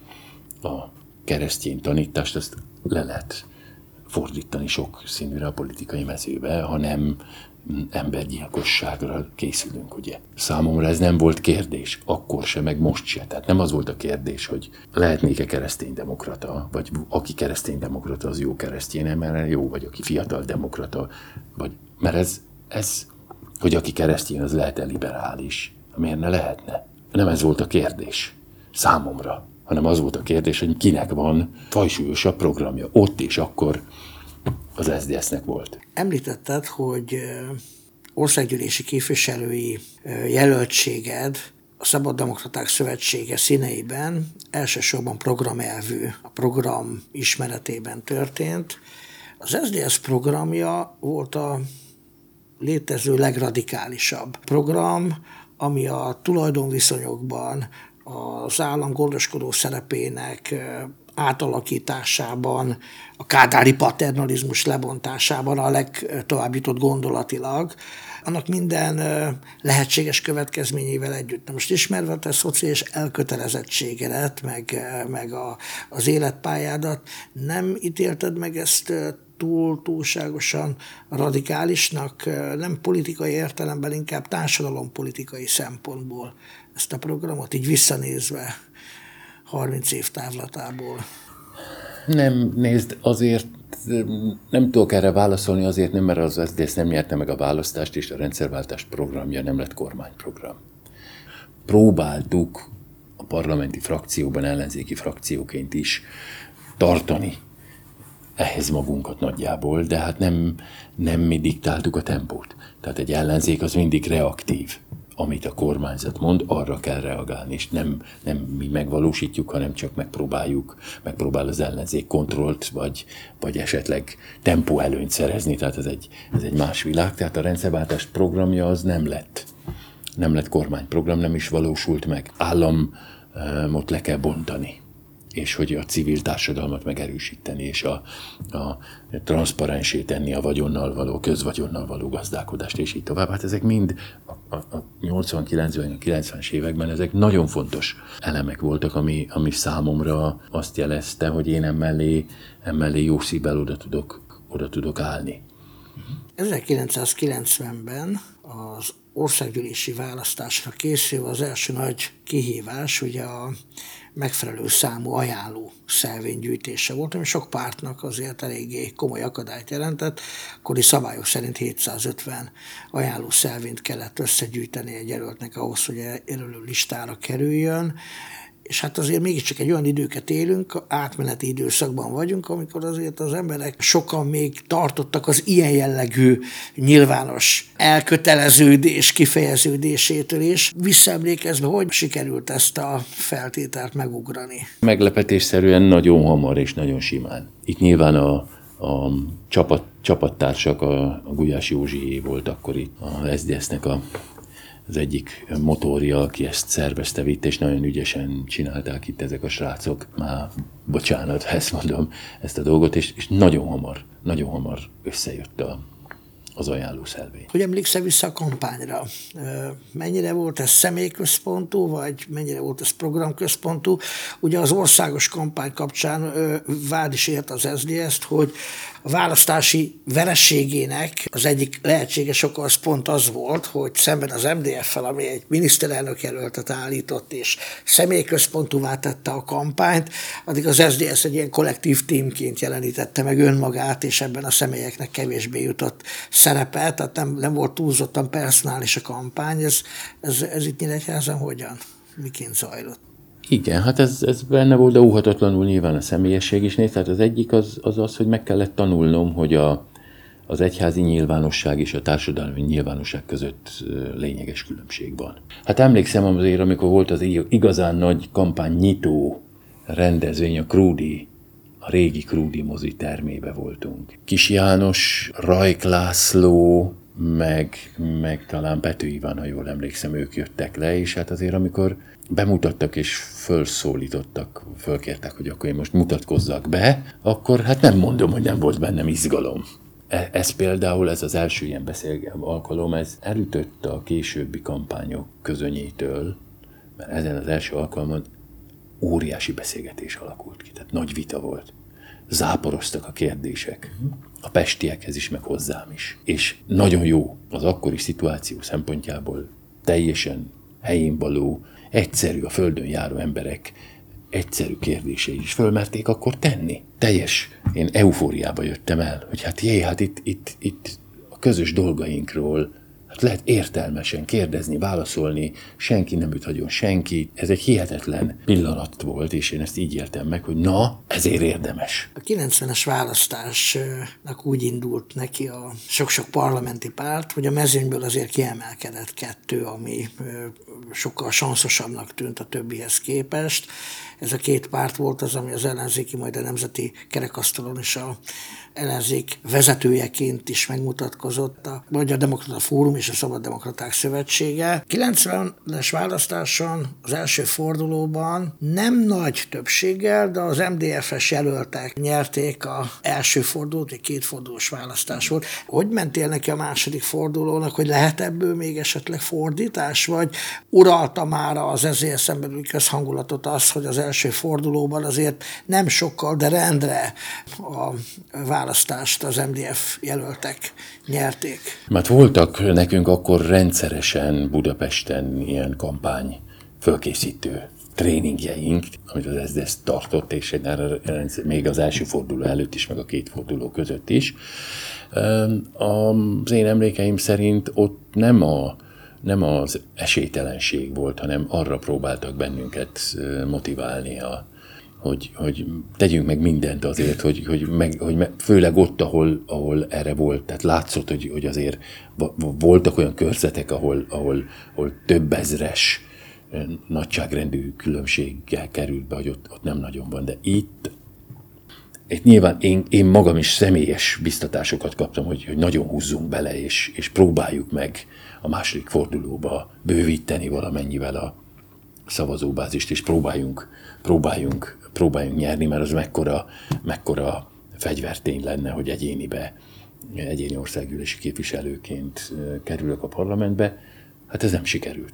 keresztény tanítást, azt le lehet fordítani sok színűre a politikai mezőbe, ha nem embergyilkosságra készülünk, ugye. Számomra ez nem volt kérdés, akkor se, meg most se. Tehát nem az volt a kérdés, hogy lehetnék-e kereszténydemokrata, vagy aki kereszténydemokrata, az jó keresztény, mert jó, vagy aki fiatal demokrata, vagy, mert ez, hogy aki keresztény, az lehet-e liberális, miért ne lehetne? Nem ez volt a kérdés számomra, hanem az volt a kérdés, hogy kinek van fajsúlyosabb programja. Ott és akkor az SZDSZ-nek volt. Említetted, hogy országgyűlési képviselői jelöltséged a Szabaddemokraták Szövetsége színeiben elsősorban programelvű, a program ismeretében történt. Az SZDSZ programja volt a létező legradikálisabb program, ami a tulajdonviszonyokban, az állam gondoskodó szerepének átalakításában, a kádári paternalizmus lebontásában a legtovább jutott gondolatilag, annak minden lehetséges következményével együtt. Na most ismerve a szociális elkötelezettségedet, meg az életpályádat, nem ítélted meg ezt túlságosan radikálisnak, nem politikai értelemben, inkább társadalompolitikai szempontból ezt a programot, így visszanézve 30 év távlatából? Nem, nézd, azért nem tudok erre válaszolni, azért nem, mert az SZDSZ nem nyerte meg a választást, és a rendszerváltás programja nem lett kormányprogram. Próbáltuk a parlamenti frakcióban, ellenzéki frakcióként is tartani ehhez magunkat nagyjából, de hát nem mi diktáltuk a tempót. Tehát egy ellenzék az mindig reaktív. Amit a kormányzat mond, arra kell reagálni, és nem mi megvalósítjuk, hanem csak megpróbál az ellenzék kontrollt, vagy esetleg tempóelőnyt szerezni, tehát ez egy más világ. Tehát a rendszerváltás programja az nem lett kormányprogram, nem is valósult meg. Államot le kell bontani, és hogy a civil társadalmat megerősíteni, és a transzparensé tenni a vagyonnal való, közvagyonnal való gazdálkodást, és így tovább. Hát ezek mind a 80-90, 90-es években ezek nagyon fontos elemek voltak, ami számomra azt jelezte, hogy én emellé jó szívvel oda tudok állni. 1990-ben az országgyűlési választásra készülve az első nagy kihívás ugye a megfelelő számú ajánló szelvénygyűjtése volt, ami sok pártnak azért eléggé komoly akadályt jelentett. Akkori szabályok szerint 750 ajánló szelvényt kellett összegyűjteni egy jelöltnek ahhoz, hogy jelölő listára kerüljön. és hát azért mégiscsak egy olyan időket élünk, átmeneti időszakban vagyunk, amikor azért az emberek sokan még tartottak az ilyen jellegű nyilvános elköteleződés kifejeződésétől is. Visszaemlékezve, hogy sikerült ezt a feltételt megugrani? Meglepetésszerűen nagyon hamar és nagyon simán. Itt nyilván a csapattársak, a Gulyás Józsié volt akkor itt a SZDSZ-nek az egyik motorja, aki ezt szervezte, vitt, és nagyon ügyesen csinálták itt ezek a srácok. Már bocsánat, ha ezt mondom, ezt a dolgot, és nagyon hamar összejött az ajánlószelvény. Hogy emlékszel vissza a kampányra? Mennyire volt ez személyközpontú, vagy mennyire volt ez programközpontú? Ugye az országos kampány kapcsán vád is ért az SZDSZ-t, hogy a választási vereségének az egyik lehetséges oka az pont az volt, hogy szemben az MDF-fel, ami egy miniszterelnök jelöltet állított, és személyközpontúvá tette a kampányt, addig az SZDSZ egy ilyen kollektív tímként jelenítette meg önmagát, és ebben a személyeknek kevésbé jutott szerepe, tehát nem volt túlzottan personális a kampány. Ez itt Nyíregyházan hogyan? Miként zajlott? Igen, hát ez benne volt, de óhatatlanul nyilván a személyesség is néz. Tehát az egyik az, hogy meg kellett tanulnom, hogy az egyházi nyilvánosság és a társadalmi nyilvánosság között lényeges különbség van. Hát emlékszem azért, amikor volt az igazán nagy kampány nyitó rendezvény, a régi Krúdi mozi termébe voltunk. Kis János, Rajk László, meg talán Pető Iván, ha jól emlékszem, ők jöttek le, és hát azért amikor bemutattak és felszólítottak, fölkértek, hogy akkor én most mutatkozzak be, akkor hát nem mondom, hogy nem volt bennem izgalom. Ez például, ez az első ilyen alkalom, ez elütött a későbbi kampányok közönyétől, mert ezen az első alkalomon óriási beszélgetés alakult ki, tehát nagy vita volt. Záporoztak a kérdések, a pestiekhez is, meg hozzám is. És nagyon jó az akkori szituáció szempontjából, teljesen helyén való, egyszerű, a földön járó emberek egyszerű kérdései is fölmerték akkor tenni. Én eufóriába jöttem el, hogy hát itt a közös dolgainkról hát lehet értelmesen kérdezni, válaszolni, senki nem üt agyon senkit. Ez egy hihetetlen pillanat volt, és én ezt így éltem meg, hogy na, ezért érdemes. A 90-es választásnak úgy indult neki a sok-sok parlamenti párt, hogy a mezőnyből azért kiemelkedett kettő, ami sokkal sanszosabbnak tűnt a többihez képest. Ez a két párt volt az, ami az ellenzéki, majd a nemzeti kerekasztalon is a ellenzék vezetőjeként is megmutatkozott, a Magyar Demokrata Fórum és a Szabaddemokraták Szövetsége. 90-es választáson, az első fordulóban nem nagy többséggel, de az MDF-es jelöltek nyerték az első fordulót, egy kétfordulós választás volt. Hogy mentél neki a második fordulónak, hogy lehet ebből még esetleg fordítás, vagy uralta már az ezzel szemben közhangulatot az, hogy az első fordulóban azért nem sokkal, de rendre a választást az MDF jelöltek nyerték? Mert voltak nekünk akkor rendszeresen Budapesten ilyen kampány fölkészítő tréningjeink, amit az SZDSZ tartott, és még az első forduló előtt is, meg a két forduló között is. Az én emlékeim szerint ott nem az esélytelenség volt, hanem arra próbáltak bennünket motiválni, hogy tegyünk meg mindent azért, hogy főleg ott, ahol erre volt. Tehát látszott, hogy azért voltak olyan körzetek, ahol több ezres nagyságrendű különbséggel került be, hogy ott nem nagyon van. De itt nyilván én magam is személyes biztatásokat kaptam, hogy nagyon húzzunk bele, és próbáljuk meg a második fordulóba bővíteni valamennyivel a szavazóbázist, és próbáljunk nyerni, mert az mekkora fegyvertény lenne, hogy egyéni országgyűlési képviselőként kerülök a parlamentbe. Hát ez nem sikerült.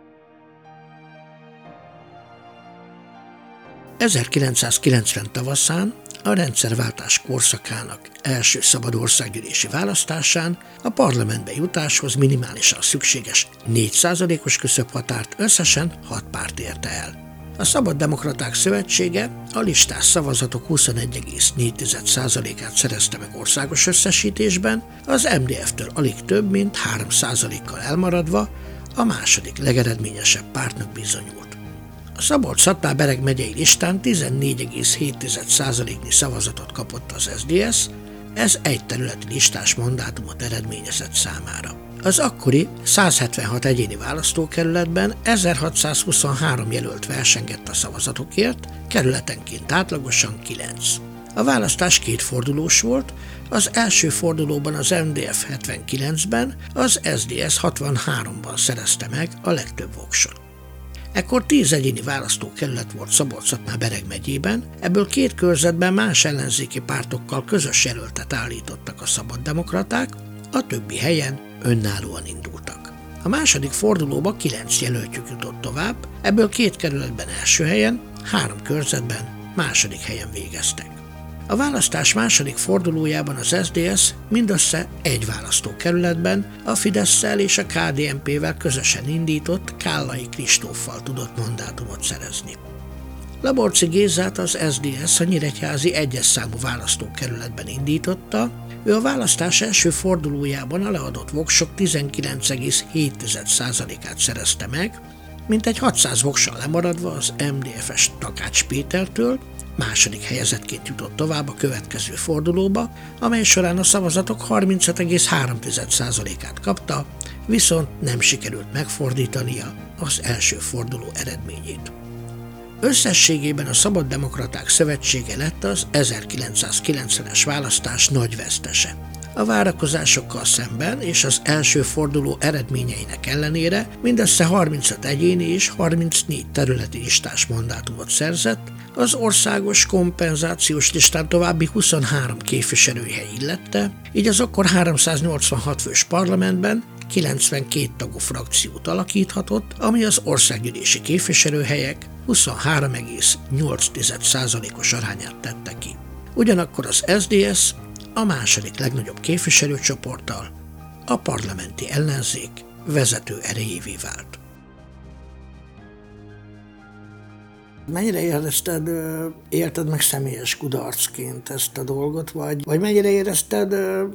1990 tavaszán a rendszerváltás korszakának első szabad országgyűlési választásán a parlamentbe jutáshoz minimálisan szükséges 4%-os küszöbhatárt összesen 6 párt érte el. A Szabaddemokraták Szövetsége a listás szavazatok 21,4%-át szerezte meg országos összesítésben, az MDF-től alig több mint 3%-kal elmaradva a második legeredményesebb pártnak bizonyult. A Szabolcs-Szatmár-Bereg megyei listán 14,7%-nyi szavazatot kapott az SZDSZ, ez egy területi listás mandátumot eredményezett számára. Az akkori 176 egyéni választókerületben 1623 jelölt versengett a szavazatokért, kerületenként átlagosan 9. A választás kétfordulós volt, az első fordulóban az MDF 79-ben, az SZDSZ 63-ban szerezte meg a legtöbb voksot. Ekkor 10 egyéni választókerület volt Szabolcs-Szatmár-Bereg megyében, ebből 2 körzetben más ellenzéki pártokkal közös jelöltet állítottak a szabaddemokraták, a többi helyen önállóan indultak. A második fordulóba 9 jelöltjük jutott tovább, ebből 2 kerületben első helyen, 3 körzetben második helyen végeztek. A választás második fordulójában az SZDSZ mindössze egy választókerületben, a Fidesszel és a KDNP-vel közösen indított Kállai Kristóffal tudott mandátumot szerezni. Laborczy Gézát az SZDSZ a nyíregyházi 1-es számú választókerületben indította, ő a választás első fordulójában a leadott voksok 19,7%-át szerezte meg, mintegy 600 voksal lemaradva az MDF-es Takács Pétertől, második helyezettként jutott tovább a következő fordulóba, amely során a szavazatok 35,3%-át kapta, viszont nem sikerült megfordítania az első forduló eredményét. Összességében a Szabaddemokraták Szövetsége lett az 1990-es választás nagy vesztese. A várakozásokkal szemben és az első forduló eredményeinek ellenére mindössze 35 egyéni és 34 területi listás mandátumot szerzett, az országos kompenzációs listán további 23 képviselőhely illette, így az akkor 386 fős parlamentben 92 tagú frakciót alakíthatott, ami az országgyűlési képviselőhelyek 23,8%-os arányát tette ki. Ugyanakkor az SZDSZ a második legnagyobb képviselőcsoporttal a parlamenti ellenzék vezető erejévé vált. Mennyire élted meg személyes kudarcként ezt a dolgot, vagy mennyire érezted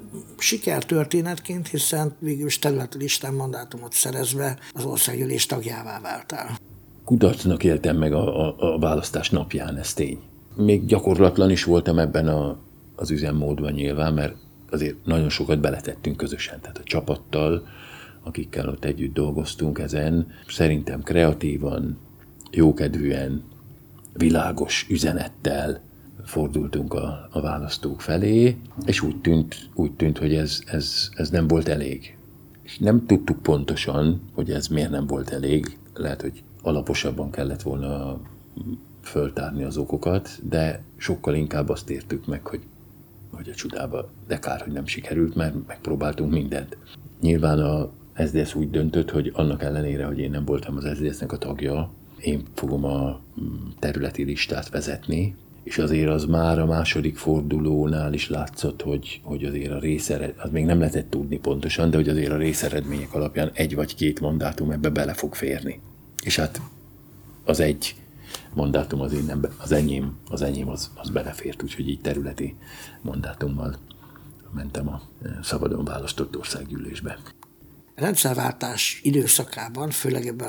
sikertörténetként, hiszen végül is területi listán mandátumot szerezve az országgyűlés tagjává váltál? Kudarcnak éltem meg a választás napján, ez tény. Még gyakorlatlan is voltam ebben az üzemmódban nyilván, mert azért nagyon sokat beletettünk közösen, tehát a csapattal, akikkel ott együtt dolgoztunk ezen, szerintem kreatívan, jókedvűen, világos üzenettel fordultunk a választók felé, és úgy tűnt, hogy ez nem volt elég. És nem tudtuk pontosan, hogy ez miért nem volt elég, lehet, hogy alaposabban kellett volna föltárni az okokat, de sokkal inkább azt értük meg, hogy a csodába, de kár, hogy nem sikerült, mert megpróbáltunk mindent. Nyilván a SZDSZ úgy döntött, hogy annak ellenére, hogy én nem voltam az SZDSZ-nek a tagja, én fogom a területi listát vezetni, és azért az már a második fordulónál is látszott, hogy azért az még nem lehetett tudni pontosan, de hogy azért a részeredmények alapján 1 vagy 2 mandátum ebbe bele fog férni. És hát az egy mandátum az enyém az belefért, úgyhogy így területi mandátummal mentem a szabadon választott országgyűlésbe. A rendszerváltás időszakában, főleg ebben a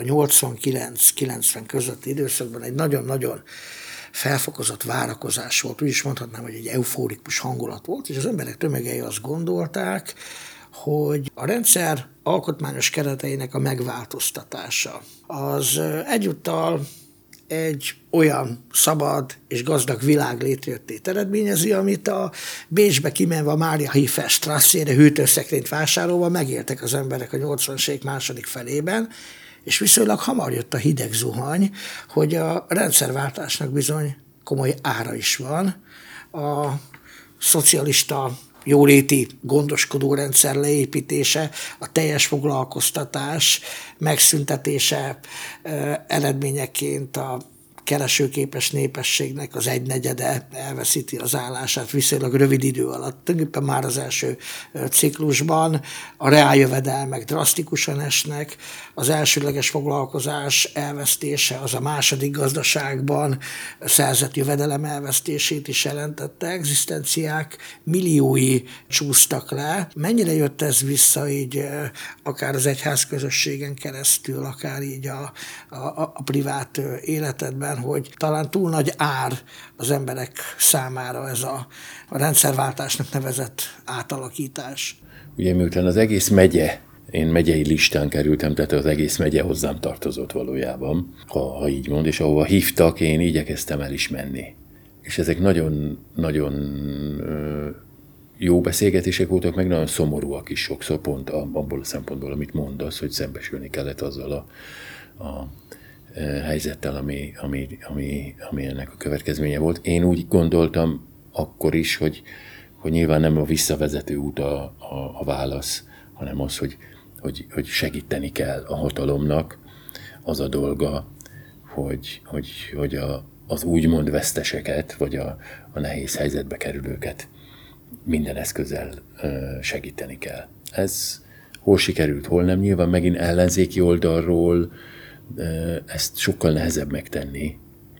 89-90 közötti időszakban egy nagyon-nagyon felfokozott várakozás volt, úgy is mondhatnám, hogy egy eufórikus hangulat volt, és az emberek tömegei azt gondolták, hogy a rendszer alkotmányos kereteinek a megváltoztatása az egyúttal egy olyan szabad és gazdag világ létrejöttét eredményezi, amit a Bécsbe kimenve a Mária Hilfer Strasszére hűtőszekrényt vásárolva megéltek az emberek a 80-as évek második felében, és viszonylag hamar jött a hideg zuhany, hogy a rendszerváltásnak bizony komoly ára is van. A szocialista jóléti gondoskodó rendszer leépítése, a teljes foglalkoztatás megszüntetése eredményeként a keresőképes népességnek az egynegyede elveszíti az állását viszonylag rövid idő alatt. Tulajdonképpen már az első ciklusban a reáljövedelmek drasztikusan esnek, az elsődleges foglalkozás elvesztése az a második gazdaságban szerzett jövedelem elvesztését is jelentette, egzisztenciák milliói csúsztak le. Mennyire jött ez vissza így akár az egyházközösségen keresztül, akár így a privát életedben, hogy talán túl nagy ár az emberek számára ez a rendszerváltásnak nevezett átalakítás? Ugye miután az egész megye, én megyei listán kerültem, tehát az egész megye hozzám tartozott valójában, ha így mond, és ahova hívtak, én igyekeztem el is menni. És ezek nagyon jó beszélgetések voltak, meg nagyon szomorúak is sokszor, pont abból a szempontból, amit mondasz, hogy szembesülni kellett azzal a helyzettel, ami ennek a következménye volt. Én úgy gondoltam akkor is, hogy nyilván nem a visszavezető út a válasz, hanem az, hogy segíteni kell a hatalomnak. Az a dolga, hogy az úgymond veszteseket, vagy a nehéz helyzetbe kerülőket minden eszközzel segíteni kell. Ez hol sikerült, hol nem. Nyilván megint ellenzéki oldalról ezt sokkal nehezebb megtenni,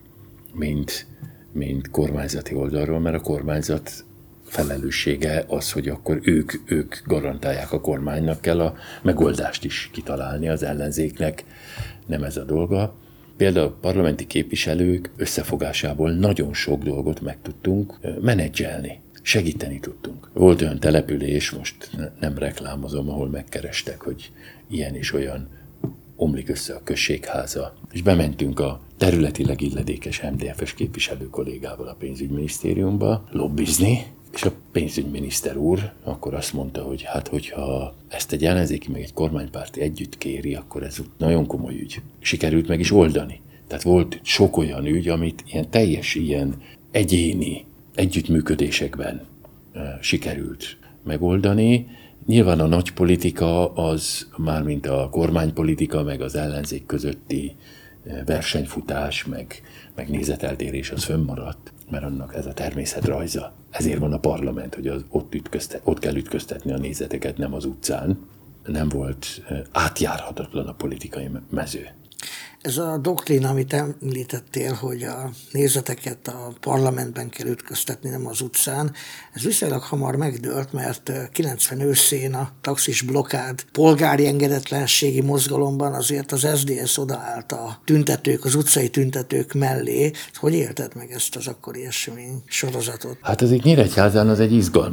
mint kormányzati oldalról, mert a kormányzat felelőssége az, hogy akkor ők garantálják a kormánynak, kell a megoldást is kitalálni, az ellenzéknek nem ez a dolga. Például a parlamenti képviselők összefogásából nagyon sok dolgot meg tudtunk menedzselni, segíteni tudtunk. Volt olyan település, most nem reklámozom, ahol megkerestek, hogy ilyen és olyan omlik össze a községháza, és bementünk a területileg illetékes MDF-es képviselő kollégával a pénzügyminisztériumba lobbizni, és a pénzügyminiszter úr akkor azt mondta, hogy hát hogyha ezt egy ellenzéki meg egy kormánypárti együtt kéri, akkor ez nagyon komoly ügy. Sikerült meg is oldani. Tehát volt sok olyan ügy, amit ilyen egyéni együttműködésekben sikerült megoldani. Nyilván a nagy politika az, mármint a kormánypolitika, meg az ellenzék közötti versenyfutás, meg nézeteltérés az fönnmaradt, mert annak ez a természetrajza. Ezért van a parlament, hogy ott kell ütköztetni a nézeteket, nem az utcán. Nem volt átjárhatatlan a politikai mező. Ez a doktrína, amit említettél, hogy a nézeteket a parlamentben kell ütköztetni, nem az utcán, ez viszonylag hamar megdőlt, mert 90 őszén a taxis blokkád polgári engedetlenségi mozgalomban azért az SZDSZ odaállt a tüntetők, az utcai tüntetők mellé. Hogy élted meg ezt az akkori esemény sorozatot? Hát ez itt Nyíregyházán az egy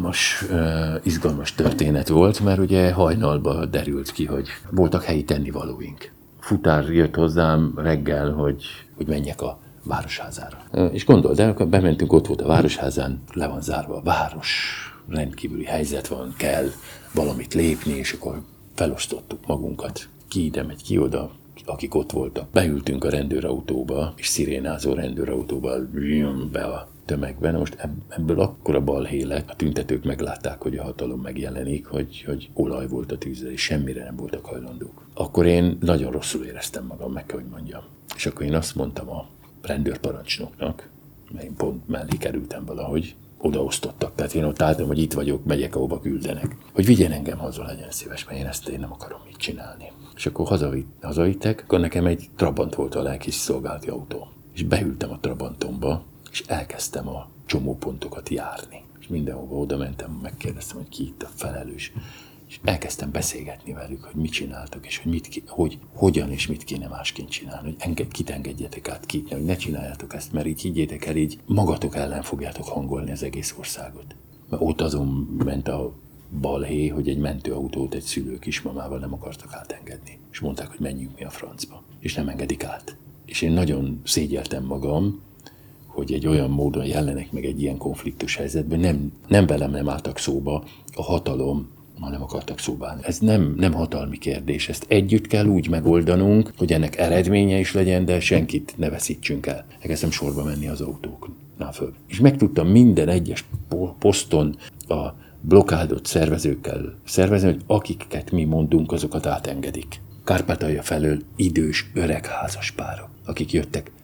izgalmas történet volt, mert ugye hajnalba derült ki, hogy voltak helyi tennivalóink. Futár jött hozzám reggel, hogy menjek a Városházára. És gondold el, akkor bementünk, ott volt a Városházán, le van zárva a város, rendkívüli helyzet van, kell valamit lépni, és akkor felosztottuk magunkat. Ki ide megy, ki oda, akik ott voltak. Beültünk a rendőrautóba, és szirénázó rendőrautóba be a tömegben. Most ebből akkora balhé lett, a tüntetők meglátták, hogy a hatalom megjelenik, hogy olaj volt a tűzre, és semmire nem voltak hajlandók. Akkor én nagyon rosszul éreztem magam, meg kell, hogy mondjam. És akkor én azt mondtam a rendőrparancsnoknak, mert én pont mellé kerültem valahogy, odaosztottak. Tehát én ott álltam, hogy itt vagyok, megyek, ahova küldenek. Hogy vigyen engem haza, legyen szíves, mert én nem akarom így csinálni. És akkor hazavittek, akkor nekem egy Trabant volt a lelkis szolgálati autó. És beültem a Trabantomba, és elkezdtem a csomópontokat járni. És mindenhova oda mentem, megkérdeztem, hogy ki itt a felelős. És elkezdtem beszélgetni velük, hogy mit csináltak, és hogy hogyan és mit kéne másként csinálni, hogy kit engedjetek át, hogy ne csináljátok ezt, mert így higgyétek el, így magatok ellen fogjátok hangolni az egész országot. Mert ott azon ment a balhé, hogy egy mentőautót egy szülő kismamával nem akartak átengedni. És mondták, hogy menjünk mi a francba. És nem engedik át. És én nagyon szégyeltem magam, hogy egy olyan módon jelenek meg egy ilyen konfliktus helyzetben, nem velem nem álltak szóba a hatalom, nem akartak szóba állni. Ez nem hatalmi kérdés, ezt együtt kell úgy megoldanunk, hogy ennek eredménye is legyen, de senkit ne veszítsünk el. Elkezdtem sorba menni az autóknál föl. És meg tudtam minden egyes poszton a blokkádot szervezőkkel szervezni, hogy akiket mi mondunk, azokat átengedik. Kárpátalja felől idős, öreg házaspárok, akik jöttek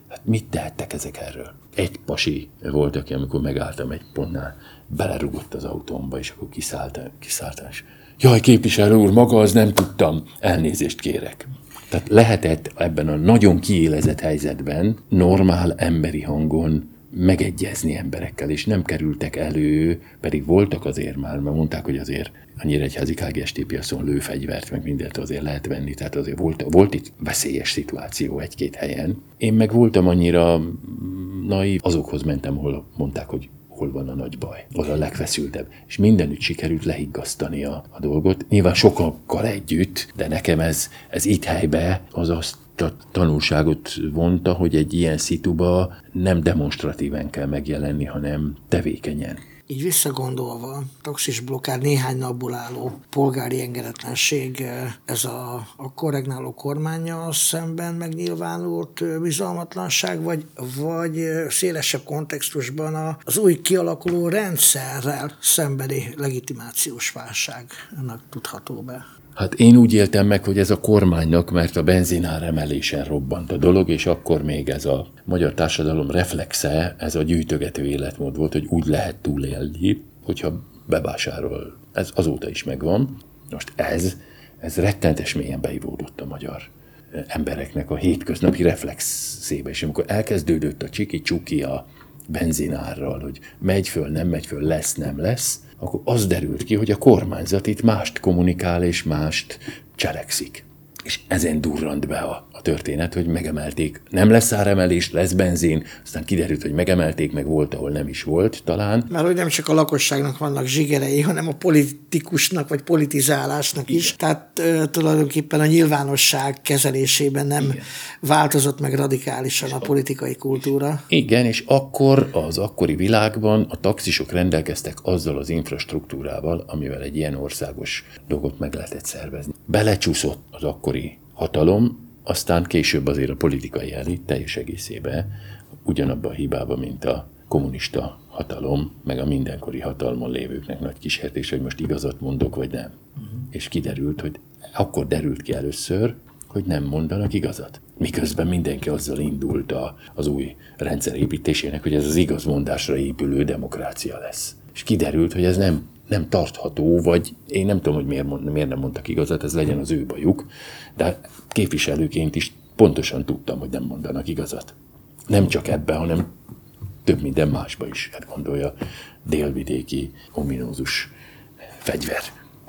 Hát mit tehettek ezek erről? Egy pasi volt, aki amikor megálltam egy pontnál, belerugott az autómba, és akkor kiszálltam, és jaj, képviselő úr, maga az nem tudtam, elnézést kérek. Tehát lehetett ebben a nagyon kiélezett helyzetben normál emberi hangon megegyezni emberekkel, és nem kerültek elő, pedig voltak azért már, mert mondták, hogy azért a Nyíregyházi KGST piacon lőfegyvert, meg mindent azért lehet venni, tehát azért volt itt veszélyes szituáció egy-két helyen. Én meg voltam annyira naív, azokhoz mentem, hol mondták, hogy hol van a nagy baj, az a legfeszültebb. És mindenütt sikerült lehiggasztani a dolgot. Nyilván sokakkal együtt, de nekem ez itt helybe az azt a tanulságot vonta, hogy egy ilyen szituba nem demonstratíven kell megjelenni, hanem tevékenyen. Így visszagondolva, taxis blokkád, néhány napból álló polgári engedetlenség, ez a akkor regnáló kormánnyal szemben megnyilvánult bizalmatlanság, vagy szélesebb kontextusban az új kialakuló rendszerrel szembeni legitimációs válságnak tudható be? Hát én úgy éltem meg, hogy ez a kormánynak, mert a benzinár emelésen robbant a dolog, és akkor még ez a magyar társadalom reflexe, ez a gyűjtögető életmód volt, hogy úgy lehet túlélni, hogyha bevásárol. Ez azóta is megvan. Most ez rettentes mélyen beivódott a magyar embereknek a hétköznapi reflexébe, és amikor elkezdődött a csiki-csuki a benzinárral, hogy megy föl, nem megy föl, lesz, nem lesz, akkor az derült ki, hogy a kormányzat itt mást kommunikál és mást cselekszik. És ezen durrant be a történet, hogy megemelték. Nem lesz áremelés, lesz benzin, aztán kiderült, hogy megemelték, meg volt, ahol nem is volt talán. Mert hogy nem csak a lakosságnak vannak zsigerei, hanem a politikusnak vagy politizálásnak is. Tehát tulajdonképpen a nyilvánosság kezelésében nem változott meg radikálisan a politikai kultúra. Igen, és akkor az akkori világban a taxisok rendelkeztek azzal az infrastruktúrával, amivel egy ilyen országos dolgot meg lehetett szervezni. Belecsúszott az akkori hatalom, aztán később azért a politikai elit teljes egészében ugyanabban a hibába, mint a kommunista hatalom, meg a mindenkori hatalmon lévőknek nagy kísértés, hogy most igazat mondok, vagy nem. És kiderült, hogy akkor derült ki először, hogy nem mondanak igazat. Miközben mindenki azzal indult az új rendszer építésének, hogy ez az igazmondásra épülő demokrácia lesz. És kiderült, hogy ez nem tartható, vagy én nem tudom, hogy miért nem mondtak igazat, ez legyen az ő bajuk, de képviselőként is pontosan tudtam, hogy nem mondanak igazat. Nem csak ebben, hanem több minden másba is, hát gondolja délvidéki ominózus fegyver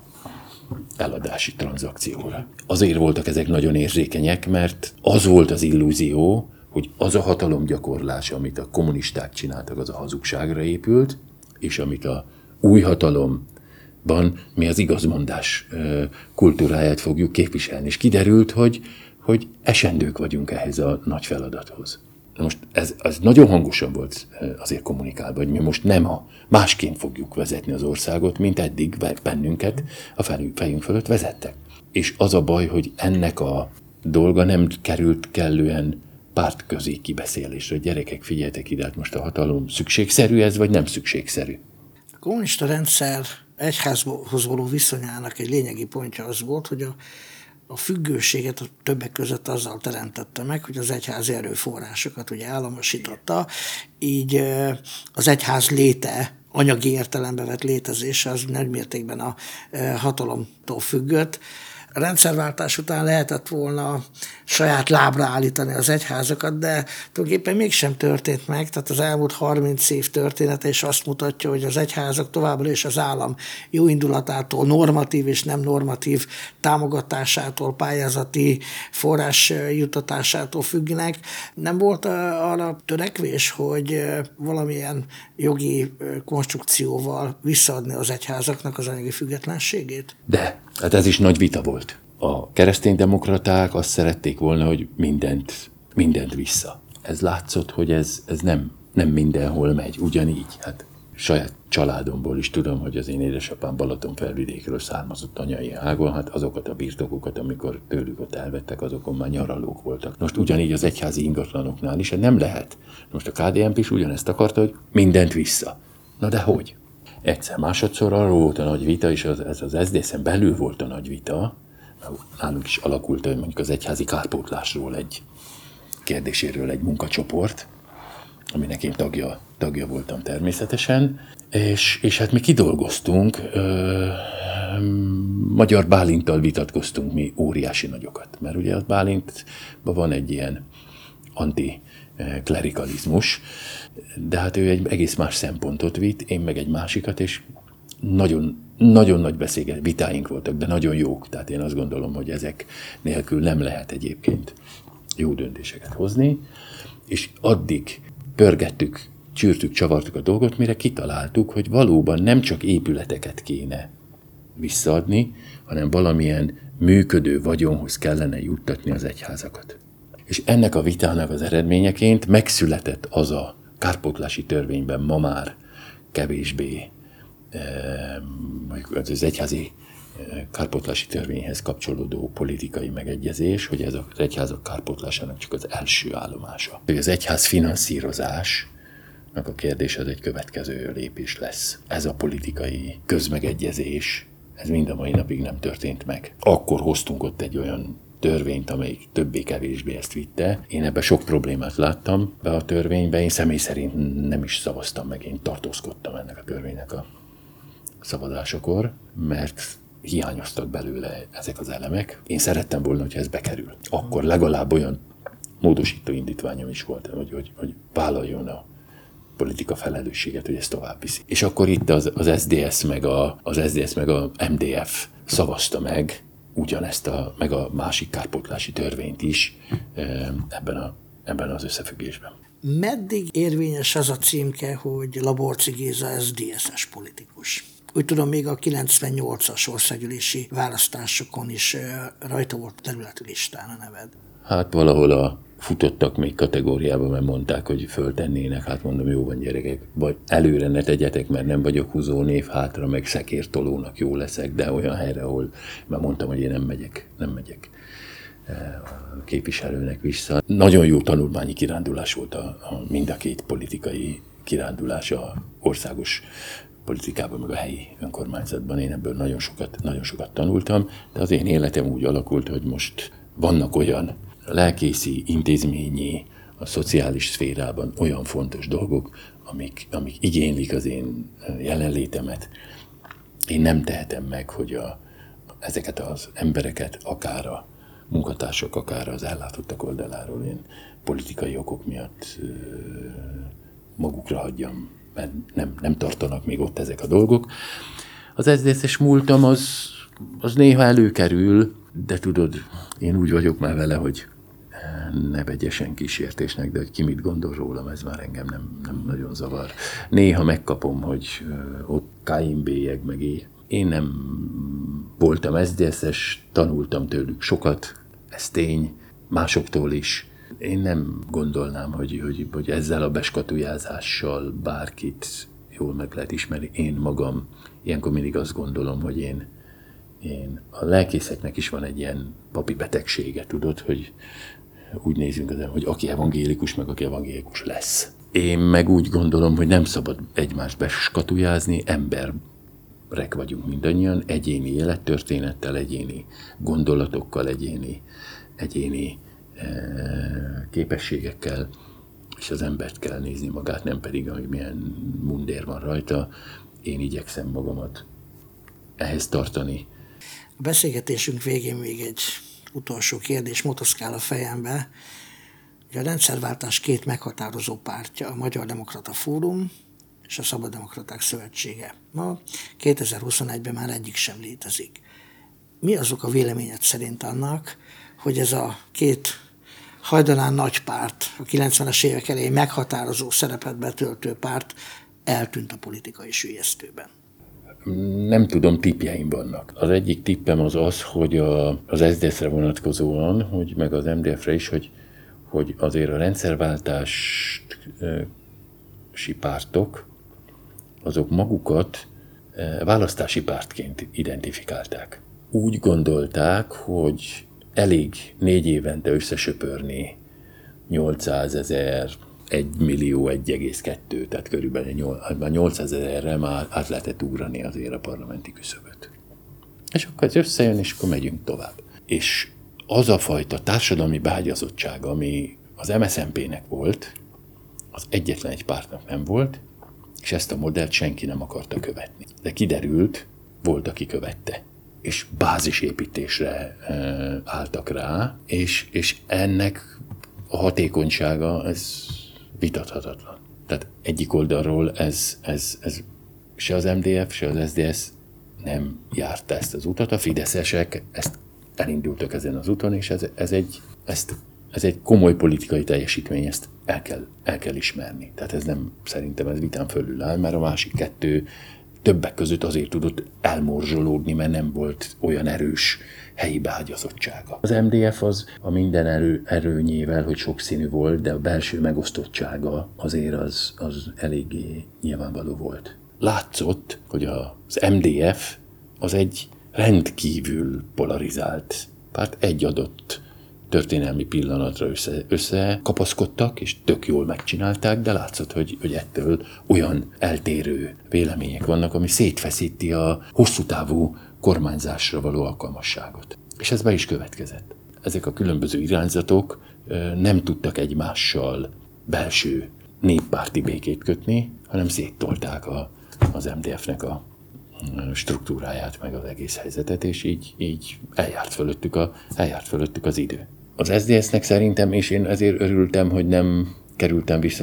eladási tranzakcióra. Azért voltak ezek nagyon érzékenyek, mert az volt az illúzió, hogy az a hatalomgyakorlás, amit a kommunisták csináltak, az a hazugságra épült, és amit a új hatalomban mi az igazmondás kultúráját fogjuk képviselni. És kiderült, hogy esendők vagyunk ehhez a nagy feladathoz. Most ez nagyon hangosan volt azért kommunikálva, hogy mi most másként fogjuk vezetni az országot, mint eddig bennünket a fejünk fölött vezettek. És az a baj, hogy ennek a dolga nem került kellően pártközi kibeszélésre. Gyerekek, figyeljetek ide, hát most a hatalom szükségszerű ez, vagy nem szükségszerű? A kommunista rendszer egyházhoz való viszonyának egy lényegi pontja az volt, hogy a függőséget a többek között azzal teremtette meg, hogy az egyházi erőforrásokat ugye államosította, így az egyház léte, anyagi értelembe vett létezése az nagy mértékben a hatalomtól függött. A rendszerváltás után lehetett volna saját lábra állítani az egyházakat, de tulajdonképpen mégsem történt meg, tehát az elmúlt 30 év története is azt mutatja, hogy az egyházak továbbra is az állam jó indulatától, normatív és nem normatív támogatásától, pályázati forrás juttatásától függnek. Nem volt arra törekvés, hogy valamilyen jogi konstrukcióval visszaadni az egyházaknak az anyagi függetlenségét? De, hát ez is nagy vita volt. A kereszténydemokraták azt szerették volna, hogy mindent vissza. Ez látszott, hogy ez nem mindenhol megy, ugyanígy. Hát saját családomból is tudom, hogy az én édesapám Balatonfelvidékről származott anyai ágon, hát azokat a birtokokat, amikor tőlük ott elvettek, azokon már nyaralók voltak. Most ugyanígy az egyházi ingatlanoknál is, hát nem lehet. Most a KDNP is ugyanezt akarta, hogy mindent vissza. Na de hogy? Egyszer, másodszor arról volt a nagy vita, és ez az SZDSZ-en belül volt a nagy vita, nálunk is alakult, hogy mondjuk az egyházi kárpótlásról egy kérdéséről egy munkacsoport, aminek én tagja voltam természetesen, és hát mi kidolgoztunk, Magyar Bálinttal vitatkoztunk mi óriási nagyokat, mert ugye a Bálintban van egy ilyen antiklerikalizmus, de hát ő egy egész más szempontot vitt, én meg egy másikat, és nagyon nagy vitáink voltak, de nagyon jók. Tehát én azt gondolom, hogy ezek nélkül nem lehet egyébként jó döntéseket hozni, és addig pörgettük, csűrtük, csavartuk a dolgot, mire kitaláltuk, hogy valóban nem csak épületeket kéne visszaadni, hanem valamilyen működő vagyonhoz kellene juttatni az egyházakat. És ennek a vitának az eredményeként megszületett az a kárpótlási törvényben ma már kevésbé az egyházi kárpótlási törvényhez kapcsolódó politikai megegyezés, hogy ez az egyházak kárpótlásának csak az első állomása. Az egyház finanszírozásnak a kérdés az egy következő lépés lesz. Ez a politikai közmegegyezés, ez mind a mai napig nem történt meg. Akkor hoztunk ott egy olyan törvényt, amelyik többé-kevésbé ezt vitte. Én ebben sok problémát láttam be a törvénybe, én személy szerint nem is szavaztam meg, én tartózkodtam ennek a törvénynek a szavazásakor, mert hiányoztak belőle ezek az elemek. Én szerettem volna, hogyha ez bekerül. Akkor legalább olyan módosító indítványom is volt, hogy vállaljon a politika felelősséget, hogy ezt tovább viszi. És akkor itt az SZDSZ meg a MDF szavazta meg ugyanezt meg a másik kárpótlási törvényt is ebben az összefüggésben. Meddig érvényes az a címke, hogy Laborczy Géza SZDSZ-es politikus? Úgy tudom, még a 98-as országgyűlési választásokon is rajta volt a területi listán a neved. Hát valahol futottak még kategóriában, mert mondták, hogy föltennének, hát mondom, jó van gyerekek, vagy előre ne tegyetek, mert nem vagyok húzónév, hátra meg szekértolónak jó leszek, de olyan helyre, ahol már mondtam, hogy én nem megyek a képviselőnek vissza. Nagyon jó tanulmányi kirándulás volt mind a két politikai kirándulás a országos politikában, meg a helyi önkormányzatban. Én ebből nagyon sokat tanultam, de az én életem úgy alakult, hogy most vannak olyan lelkészi, intézményi, a szociális szférában olyan fontos dolgok, amik igénylik az én jelenlétemet. Én nem tehetem meg, hogy ezeket az embereket, akár a munkatársak, akár az ellátottak oldaláról én politikai okok miatt magukra hagyjam, mert nem tartanak még ott ezek a dolgok. Az SZDSZ-es múltam az néha előkerül, de tudod, én úgy vagyok már vele, hogy ne vegyesen kísértésnek, de hogy ki mit gondol rólam, ez már engem nem nagyon zavar. Néha megkapom, hogy ott Káin bélyeg meg én nem voltam SZDSZ-es, tanultam tőlük sokat, ez tény, másoktól is. Én nem gondolnám, hogy ezzel a beskatujázással bárkit jól meg lehet ismerni. Én magam ilyenkor mindig azt gondolom, hogy én a lelkészeknek is van egy ilyen papi betegsége, tudod, hogy úgy nézünk ezen, hogy aki evangélikus, meg aki evangélikus lesz. Én meg úgy gondolom, hogy nem szabad egymást beskatujázni, emberek vagyunk mindannyian, egyéni élettörténettel, egyéni gondolatokkal, egyéni képességekkel, és az embert kell nézni magát, nem pedig, hogy milyen mundér van rajta. Én igyekszem magamat ehhez tartani. A beszélgetésünk végén még egy utolsó kérdés motoszkál a fejembe. Ugye a rendszerváltás két meghatározó pártja, a Magyar Demokrata Fórum és a Szabaddemokraták Szövetsége. Ma 2021-ben már egyik sem létezik. Mi azok a véleményed szerint annak, hogy ez a két hajdanán nagy párt, a 90-es évek elején meghatározó szerepet betöltő párt eltűnt a politikai sülyeztőben? Nem tudom, tippjeim vannak. Az egyik tippem az, hogy az SZDSZ-re vonatkozóan, hogy meg az MDF-re is, hogy azért a rendszerváltási pártok, azok magukat választási pártként identifikálták. Úgy gondolták, hogy elég 4 évente összesöpörni 800 000, 1 millió, 1,2, tehát körülbelül 800 000-re már át lehetett ugrani azért a parlamenti küszöböt. És akkor ez összejön, és akkor megyünk tovább. És az a fajta társadalmi beágyazottság, az MSZNP-nek volt, az egyetlen egy pártnak nem volt, és ezt a modellt senki nem akarta követni. De kiderült, volt, aki követte. És bázisépítésre álltak rá, és ennek a hatékonysága, ez vitathatatlan. Tehát egyik oldalról ez se az MDF, se az SZDSZ nem járta ezt az utat, a fideszesek ezt elindultak ezen az úton, és ez egy komoly politikai teljesítmény, ezt el kell ismerni. Tehát ez nem, szerintem ez vitán fölül áll, mert a másik kettő többek között azért tudott elmorzsolódni, mert nem volt olyan erős helyi beágyazottsága. Az MDF az a minden erőnyével, hogy sokszínű volt, de a belső megosztottsága azért az eléggé nyilvánvaló volt. Látszott, hogy az MDF az egy rendkívül polarizált párt, egy adott történelmi pillanatra összekapaszkodtak, és tök jól megcsinálták, de látszott, hogy ettől olyan eltérő vélemények vannak, ami szétfeszíti a hosszú távú kormányzásra való alkalmasságot. És ez be is következett. Ezek a különböző irányzatok nem tudtak egymással belső néppárti békét kötni, hanem széttolták az MDF-nek a struktúráját, meg az egész helyzetet, és így eljárt fölöttük az idő. Az SZDSZ-nek szerintem, és én ezért örültem, hogy nem kerültem vissza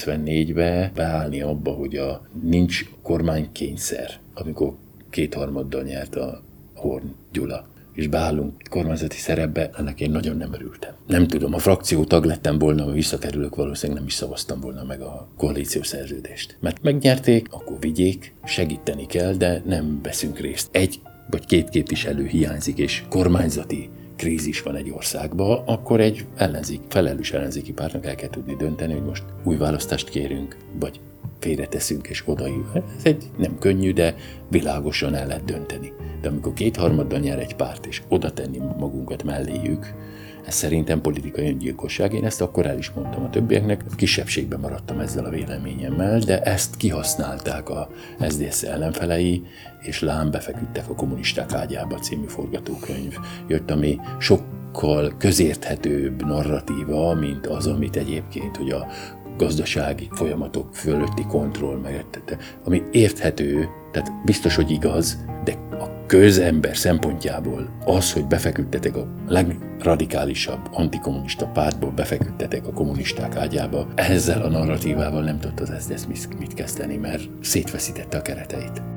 94-be, beállni abba, hogy nincs kormánykényszer, amikor 2/3 nyert a Horn Gyula, és beállunk kormányzati szerepbe, ennek én nagyon nem örültem. Nem tudom, a frakciótag lettem volna, ha visszakerülök, valószínűleg nem is szavaztam volna meg a koalíciós szerződést. Mert megnyerték, akkor vigyék, segíteni kell, de nem veszünk részt. 1 vagy 2 képviselő hiányzik, és kormányzati krízis van egy országban, akkor egy felelős ellenzéki pártnak el kell tudni dönteni, hogy most új választást kérünk, vagy félreteszünk és odaül. Ez nem könnyű, de világosan el lehet dönteni. De amikor 2/3 nyer egy párt, és oda tenni magunkat melléjük, ez szerintem politikai öngyilkosság. Én ezt akkor el is mondtam a többieknek, kisebbségben maradtam ezzel a véleményemmel, de ezt kihasználták a SZDSZ ellenfelei, és lám befeküdtek a kommunisták ágyába című forgatókönyv jött, ami sokkal közérthetőbb narratíva, mint az, amit egyébként, hogy a gazdasági folyamatok fölötti kontroll megette, ami érthető, tehát biztos, hogy igaz, de a közember szempontjából az, hogy befeküdtetek a legradikálisabb antikommunista pártból, befeküdtetek a kommunisták ágyába, ezzel a narratívával nem tudott az SZDSZ mit kezdeni, mert szétfeszítette a kereteit.